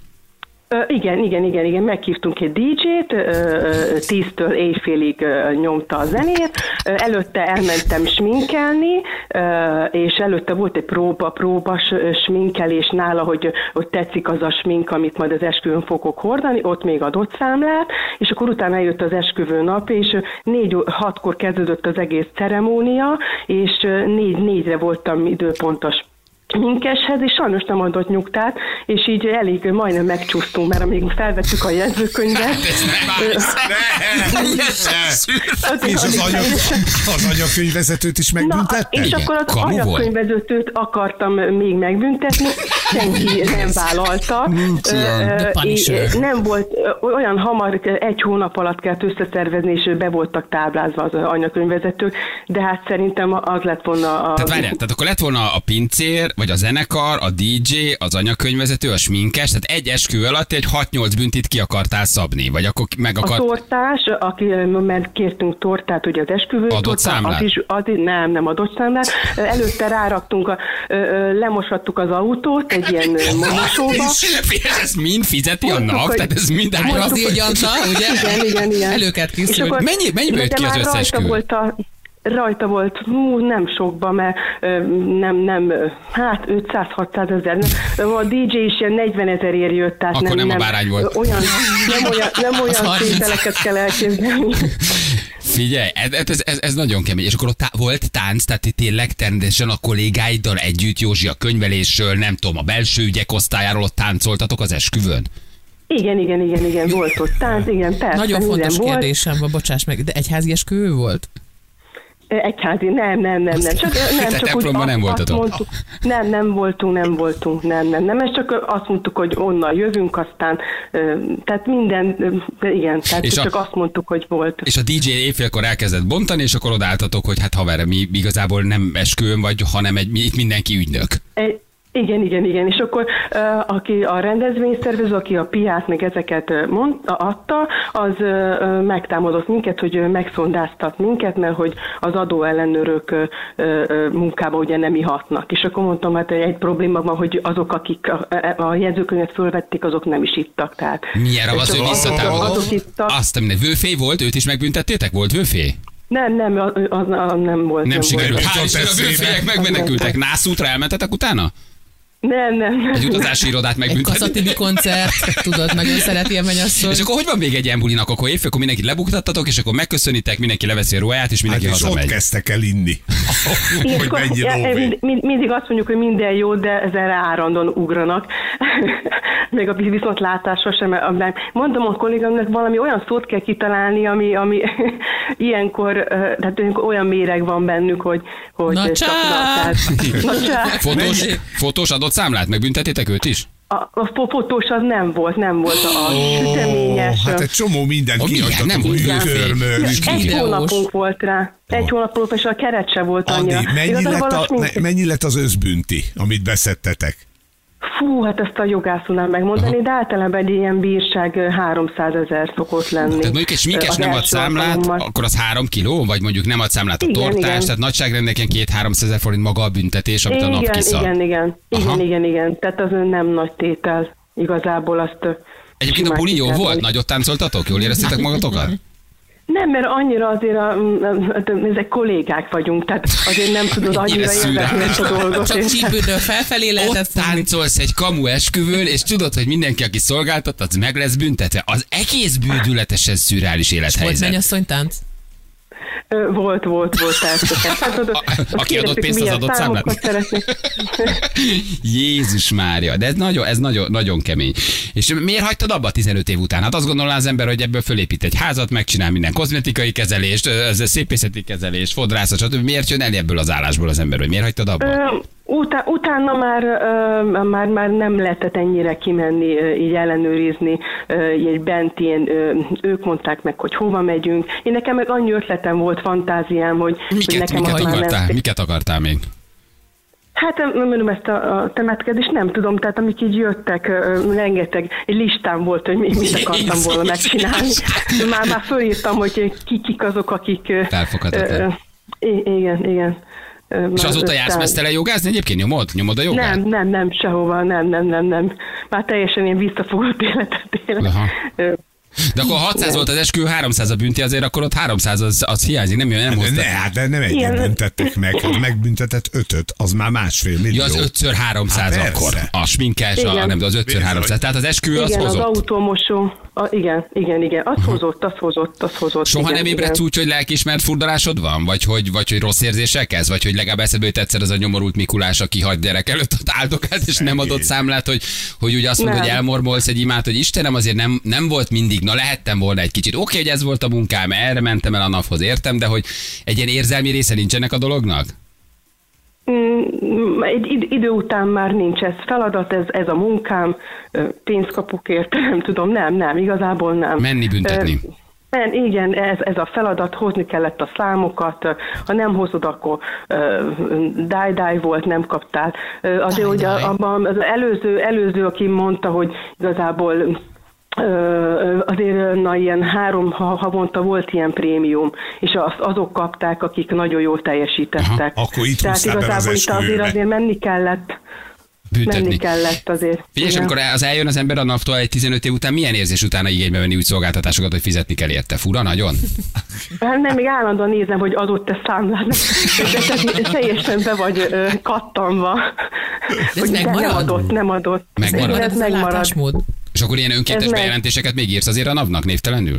Igen. Meghívtunk egy DJ-t, 10-től éjfélig nyomta a zenét, előtte elmentem sminkelni, és előtte volt egy próba sminkelés nála, hogy tetszik az a smink, amit majd az esküvőn fogok hordani, ott még adott számlát, és akkor utána jött az esküvő nap, és 4-6-kor kezdődött az egész ceremónia, és 4-4-re voltam időpontos minkeshez, és sajnos nem adott nyugtát, és így elég majdnem megcsúsztunk, mert amíg felvettük a jegyzőkönyvet. És az anyakönyvvezetőt is megbüntette? És akkor az anyakönyvvezetőt akartam még megbüntetni, senki nem vállalta. Nem volt olyan hamar, 1 hónap alatt kellett összeszervezni, és be voltak táblázva az anyakönyvvezetők, de hát szerintem az lett volna Tehát akkor lett volna a pincér, vagy a zenekar, a DJ, az anyakönyvvezető, a sminkes, tehát egy esküvő alatt egy 6-8 büntit ki akartál szabni, vagy akkor meg akart... A tortás, mert kértünk tortát, ugye az esküvő. Adott számlát? Nem adott számlát. Előtte ráraktunk, lemosattuk az autót egy ilyen mosóba. Ez mind fizeti a nap? Tehát ez mind áll. Az így anta, ugye? Igen. Elő kellett készülni. Mennyiből jött ki az összesküvő? Rajta volt, nem sokban, mert hát 500-600 ezer. A DJ is ilyen 40 ezerért jött, tehát akkor nem a bárány volt. Nem olyan tételeket kell elképzelni. Figyelj, ez nagyon kemény. És akkor ott volt tánc, tehát tényleg természetesen a kollégáiddal együtt, Józsi, a könyvelésről, nem tudom, a belső ügyek osztályáról ott táncoltatok az esküvőn? Igen, volt ott tánc, igen, persze. Nagyon fontos kérdésem van, bocsáss meg, de egyházi esküvő volt? Egyházi, nem. Csak úgy nem voltatok. Mondtuk, nem voltunk, nem. Ez csak azt mondtuk, hogy onnan jövünk, aztán, tehát minden, igen, tehát csak azt mondtuk, hogy volt. És a DJ éjfélkor elkezdett bontani, és akkor odaálltatok, hogy hát haver, mi igazából nem esküvőn vagy, hanem itt mindenki ügynök. Igen, és akkor aki a rendezvényszervező, aki a piát meg ezeket adta, az megtámadott minket, hogy megszondáztat minket, mert hogy az adóellenőrök munkába ugye nem ihatnak. És akkor mondtam, hát egy probléma van, hogy azok, akik a jegyzőkönyvet fölvették, azok nem is ittak. Tehát, milyen ravasz, ő visszatámadott? Azt, aminek vőfély volt, őt is megbüntettétek? Volt vőfély? Nem, az nem volt. Nem sikerült. Hál' Isten, a vőfélyek megmenekültek. Nászútra elmentetek utána? Nem. Egy utazási irodát megbüntetni. Egy Kaszatini koncert, tudod, nagyon szereti a mennyasszony. És akkor hogy van még egy ilyen bulinak, akkor évfélkor mindenkit lebuktattatok, és akkor megköszönitek, mindenki leveszi a ruháját, és mindenki hazamegy. És ott kezdtek el inni. Mindig azt mondjuk, hogy minden jó, de ezzel állandóan ugranak. Még a viszontlátásra sem. Mondom a kollégámnak, valami olyan szót kell kitalálni, ami ilyenkor, tehát olyan méreg van bennük, hogy Na csá! Fotós adott számlát, megbüntetétek őt is? A fotós az nem volt a süteményes. Hát egy csomó mindent kihagytatok, hűkörmök. Egy hónapunk volt rá. Egy hónapunk, és a keret se volt annyira. Andi, mennyi lett az összbünti, amit beszedtetek? Fú, hát ezt a jogász tudnám megmondani, de általában egy ilyen bírság 300 000 szokott lenni. Tehát mondjuk egy sminkes nem ad számlát, akkor az 3 kiló, vagy mondjuk nem ad számlát a tortás, igen. Tehát nagyságrendek ilyen 200-300 000 forint maga a büntetés, amit a nap kiszab. Igen. Tehát az nem nagy tétel. Igazából azt... Egyébként a buli jó volt? Nagyot táncoltatok? Jól éreztétek magatokat? Nem, mert annyira azért ezek kollégák vagyunk, tehát azért nem tudod annyira érdekelni ezt a dolgot. Csak csípődől felfelé lehetett. Ott táncolsz egy kamu esküvőn, és tudod, hogy mindenki, aki szolgáltat, az meg lesz büntetve. Az egész bődületesen szürreális élethelyzet. Volt mennyasszonytánc? Volt persze. Aki adott pénzt, az adott számlát? Jézus Mária, de ez nagyon kemény. És miért hagytad abba 15 év után? Hát azt gondolná az ember, hogy ebből fölépít egy házat, megcsinál minden kozmetikai kezelést, szépészeti kezelést, fodrászat, stb. Miért jön el ebből az állásból az ember, hogy miért hagytad abba? Utána már nem lehetett ennyire kimenni, így ellenőrizni, így bent ilyen, ők mondták meg, hogy hova megyünk. Én nekem meg annyi ötletem volt, fantáziám, hogy Miket akartál még? Hát mondom, ezt a temetkezést nem tudom, tehát amik így jöttek, rengeteg, egy listám volt, hogy mit akartam volna megcsinálni. Már fölírtam, hogy kik azok, akik... Felfoghatatlan. Igen. És azóta jársz mesztelen jogázni egyébként? Nyomod a jogát? Nem, sehova, nem. Már teljesen ilyen visszafogott életet élek. De akkor 600 volt az eskü, 300 a bünti, azért akkor ott 300 az hiányzik, nem hozta. De nem egyen büntettek meg, hát megbüntetett 5-öt, az már 1,5 millió. Ja, az 5x300 akkor. A sminkes, az 5x300. Tehát az eskü az hozott. Igen, az autómosó. Igen. Az hozott. Soha nem ébredsz úgy, hogy lelkiismert furdalásod van? Vagy hogy rossz érzéssel kezd? Vagy hogy legalább eszedbe jut egyszer az a nyomorult Mikulás, aki hagy gyerek előtt ott áldogát, és nem adott számlát, hogy ugye azt mondod, hogy elmormolsz egy imát, hogy Istenem, azért nem volt mindig, na lehettem volna egy kicsit. Oké, hogy ez volt a munkám, erre mentem el a naphoz, értem, de hogy egy ilyen érzelmi része nincsenek a dolognak? Egy idő után már nincs ez feladat, ez a munkám, pénzt kapok érte, nem tudom, nem, igazából nem. Menni büntetni. Igen, ez a feladat, hozni kellett a számokat, ha nem hozod, akkor die volt, nem kaptál. Azért, hogy abban az előző, aki mondta, hogy igazából azért ilyen 3 havonta volt ilyen prémium, és azok kapták, akik nagyon jól teljesítettek. Akkor itt tehát igazából itt azért menni kellett. Menni kellett azért. Figyelj, amikor az eljön az ember a naptól egy 15 év után, milyen érzés utána igénybe venni úgy szolgáltatásokat, hogy fizetni kell érte? Fura nagyon? Nem, még állandóan nézem, hogy adott-e számlát. De teljesen be vagy kattanva. Hogy nem adott. Megmarad. Ez megmarad. És akkor ilyen önkéntes bejelentéseket még írsz azért a napnak névtelenül?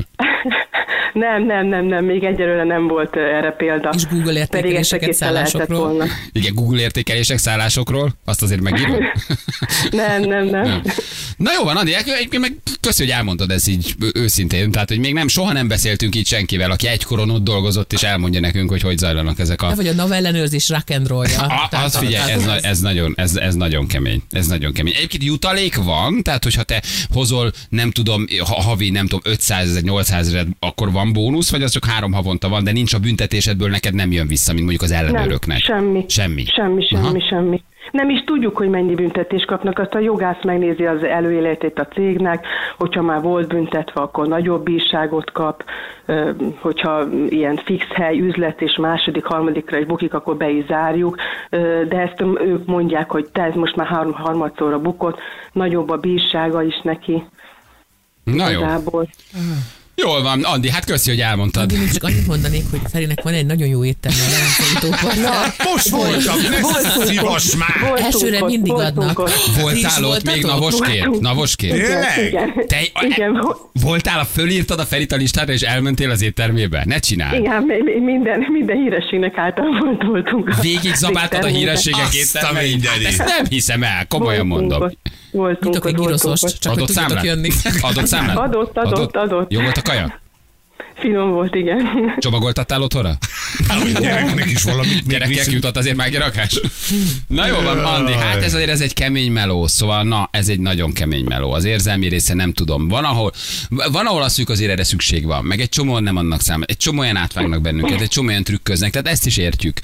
Nem, még egyelőre nem volt erre példa. És Google értékeléseket szállásokról? Igen, Google értékelések szállásokról? Azt azért megírod? Nem. Na jó van, Andi, meg köszi, hogy elmondtad ezt így őszintén. Tehát, hogy még soha nem beszéltünk így senkivel, aki egykoron ott dolgozott, és elmondja nekünk, hogy zajlanak ezek a... Vagy a NAV ellenőrzés rock and roll-ja. Az figyelj, ez nagyon kemény. Ez nagyon kemény. Egyébként jutalék van, tehát hogyha te hozol, nem tudom, havi, nem tudom, 500 000, 800 000, akkor van bónusz, vagy az csak 3 havonta van, de nincs a büntetésedből, neked nem jön vissza, mint mondjuk az ellenőröknek. Nem, semmi. Nem is tudjuk, hogy mennyi büntetést kapnak, azt a jogász megnézi az előéletét a cégnek, hogyha már volt büntetve, akkor nagyobb bírságot kap, hogyha ilyen fix hely, üzlet és második, harmadikra is bukik, akkor be is zárjuk, de ezt ők mondják, hogy te ez most már harmadszorra bukott, nagyobb a bírsága is neki. Na jó. Jól van, Andi, hát köszi, hogy elmondtad. Andi, még csak annyit mondanék, hogy Ferinek van egy nagyon jó étterme a Velencei tópartnál. Most voltam, ne szívas már! Elsőre mindig adnak. Voltál ott még Navosként? Tényleg? Te voltál, fölírtad a Ferit a listára, és elmentél az éttermébe? Ne csinálj! Igen, minden hírességnek által voltunk. Végig zabáltad a hírességek éttermét? Ezt nem hiszem el, komolyan mondom. Nyitok egy gyrosztost, csak hogy tudjatok jönni. Adott számlát? Adott. Jó volt a kaja? Finom volt, igen. Csomagoltattál otthonra? A gyereknek is valamit még Gyerekek viszünk. jutott azért mágiarakás. Na jó van, Andi, hát ez azért ez egy kemény meló, szóval na, ez egy nagyon kemény meló. Az érzelmi része nem tudom. Van, ahol azt mondjuk azért erre szükség van, meg egy csomóan nem annak számít, egy csomó olyan átvágnak bennünket, egy csomó olyan trükköznek, tehát ezt is értjük.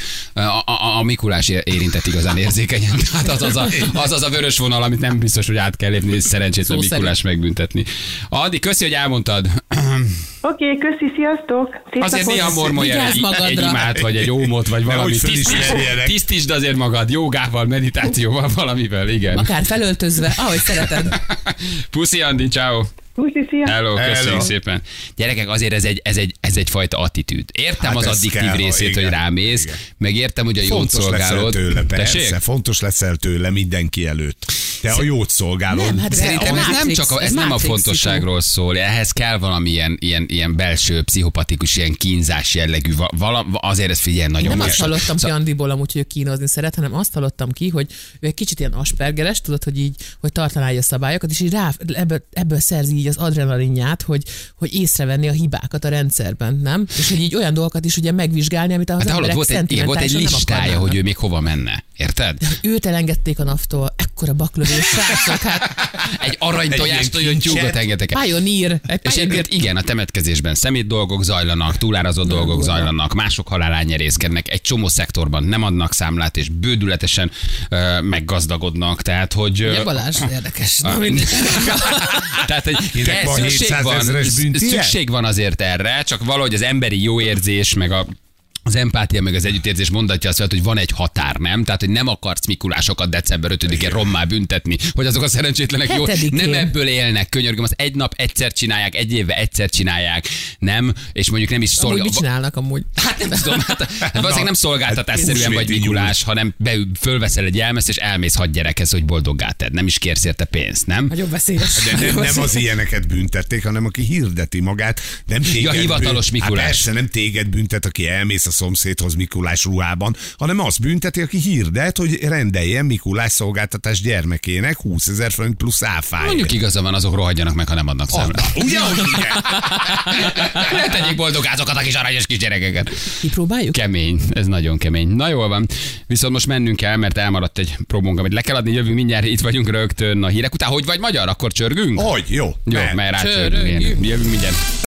A Mikulás érintett igazán érzékenyen. Tehát az a vörös vonal, amit nem biztos, hogy át kell lépni, és szerencsétlen Mikulás megbüntetni. Adi, köszi, hogy elmondtad. Oké, köszi, sziasztok! Szép Azért napot! néha mormolj el Vigyázz egy magadra. imát, vagy egy ómot, vagy valami. Nehogy fölismerjenek. Tisztítsd azért magad, jogával, meditációval, valamivel, igen. Akár felöltözve, ahogy szereted. Puszi, Andi, ciao. Puszi, szia! Hello, köszönjük Hello. szépen. Gyerekek, azért ez egyfajta attitűd. Értem Hát az ez addiktív kell, részét, igen, hogy rámész, igen. meg értem, hogy a jót Fontos leszel szolgálod. tőle, Tessék? persze, fontos leszel tőle mindenki előtt. Te a jót szolgálod. Nem, hát Szerintem ez nem Matrix, csak ez nem a Matrix fontosságról szól, ehhez kell valamilyen ilyen belső, pszichopatikus, ilyen kínzás jellegű, azért ez figyelj, nagyon Nem azt mérges. hallottam ki Andiból amúgy, hogy ő kínozni szeret, hanem azt hallottam ki, hogy ő egy kicsit ilyen aspergeres, tudod, hogy így, hogy tartanálja a szabályokat, és így ebből szerzi így az adrenalinját, hogy észrevenni a hibákat a rendszerben, nem? És hogy így olyan dolgokat is ugye megvizsgálni, amit az Hát hallod, emberek volt egy szentimentálisan nem listája, akarnának. hogy ő még hova menne. Érted? Őt elengedték a NAV-tól, ekkora baklövés, srácok, hát Egy aranytojástól jön tyúkot engedtek el. Pioneer. És egyébként igen, a temetkezésben szemét dolgok zajlanak, túlárazott dolgok zajlanak, mások halálán nyerészkednek, egy csomó szektorban nem adnak számlát, és bődületesen meggazdagodnak, tehát hogy... Ugye Balázs, érdekes. Na, mindegy. Tehát, hogy Kinek van 700 000-es büntije? szükség van azért erre, csak valahogy az emberi jó érzés, meg az empátia, meg az együttérzés mondatja azt, hogy van egy határ, nem? Tehát, hogy nem akarsz Mikulásokat december 5-én rommá büntetni, hogy azok a szerencsétlenek jó, 7-én. nem ebből élnek, könyörgöm, azt egy nap egyszer csinálják, egy évben egyszer csinálják, nem? És mondjuk nem is Amúgy szolgál. mit csinálnak amúgy? Hát nem tudom, valószínűleg nem szolgáltatásszerűen vagy húsvéti Mikulás, hanem fölveszel egy jelmezt, és elmész 6 gyerekhez, hogy boldoggá tedd. Nem is kérsz érte pénzt, nem? Nagyon veszélyes. De nem az ilyeneket büntették, hanem aki hirdeti magát. Nem téged hivatalos Mikulás. Hát persze, nem téged büntet, aki elmész a szomszédhoz Mikulás ruhában, hanem azt bünteti, aki hirdet, hogy rendeljen Mikulás szolgáltatás gyermekének 20 000 forint plusz áfáért. Mondjuk igaza van, azok rohadjanak meg, ha nem adnak számlát. Ugye, hogy igen? Ne tegyék boldogázokat a kis aranyos kis gyerekeket. Kipróbáljuk? Kemény, ez nagyon kemény. Na jól van, viszont most mennünk kell, mert elmaradt egy próbónk, amit le kell adni, jövünk mindjárt, itt vagyunk rögtön a hírek után. Hogy vagy magyar, akkor csörgünk? Hogy, jó. Jó, mehet. mert Csörögjünk. rácsörgünk. Jövünk mindjárt.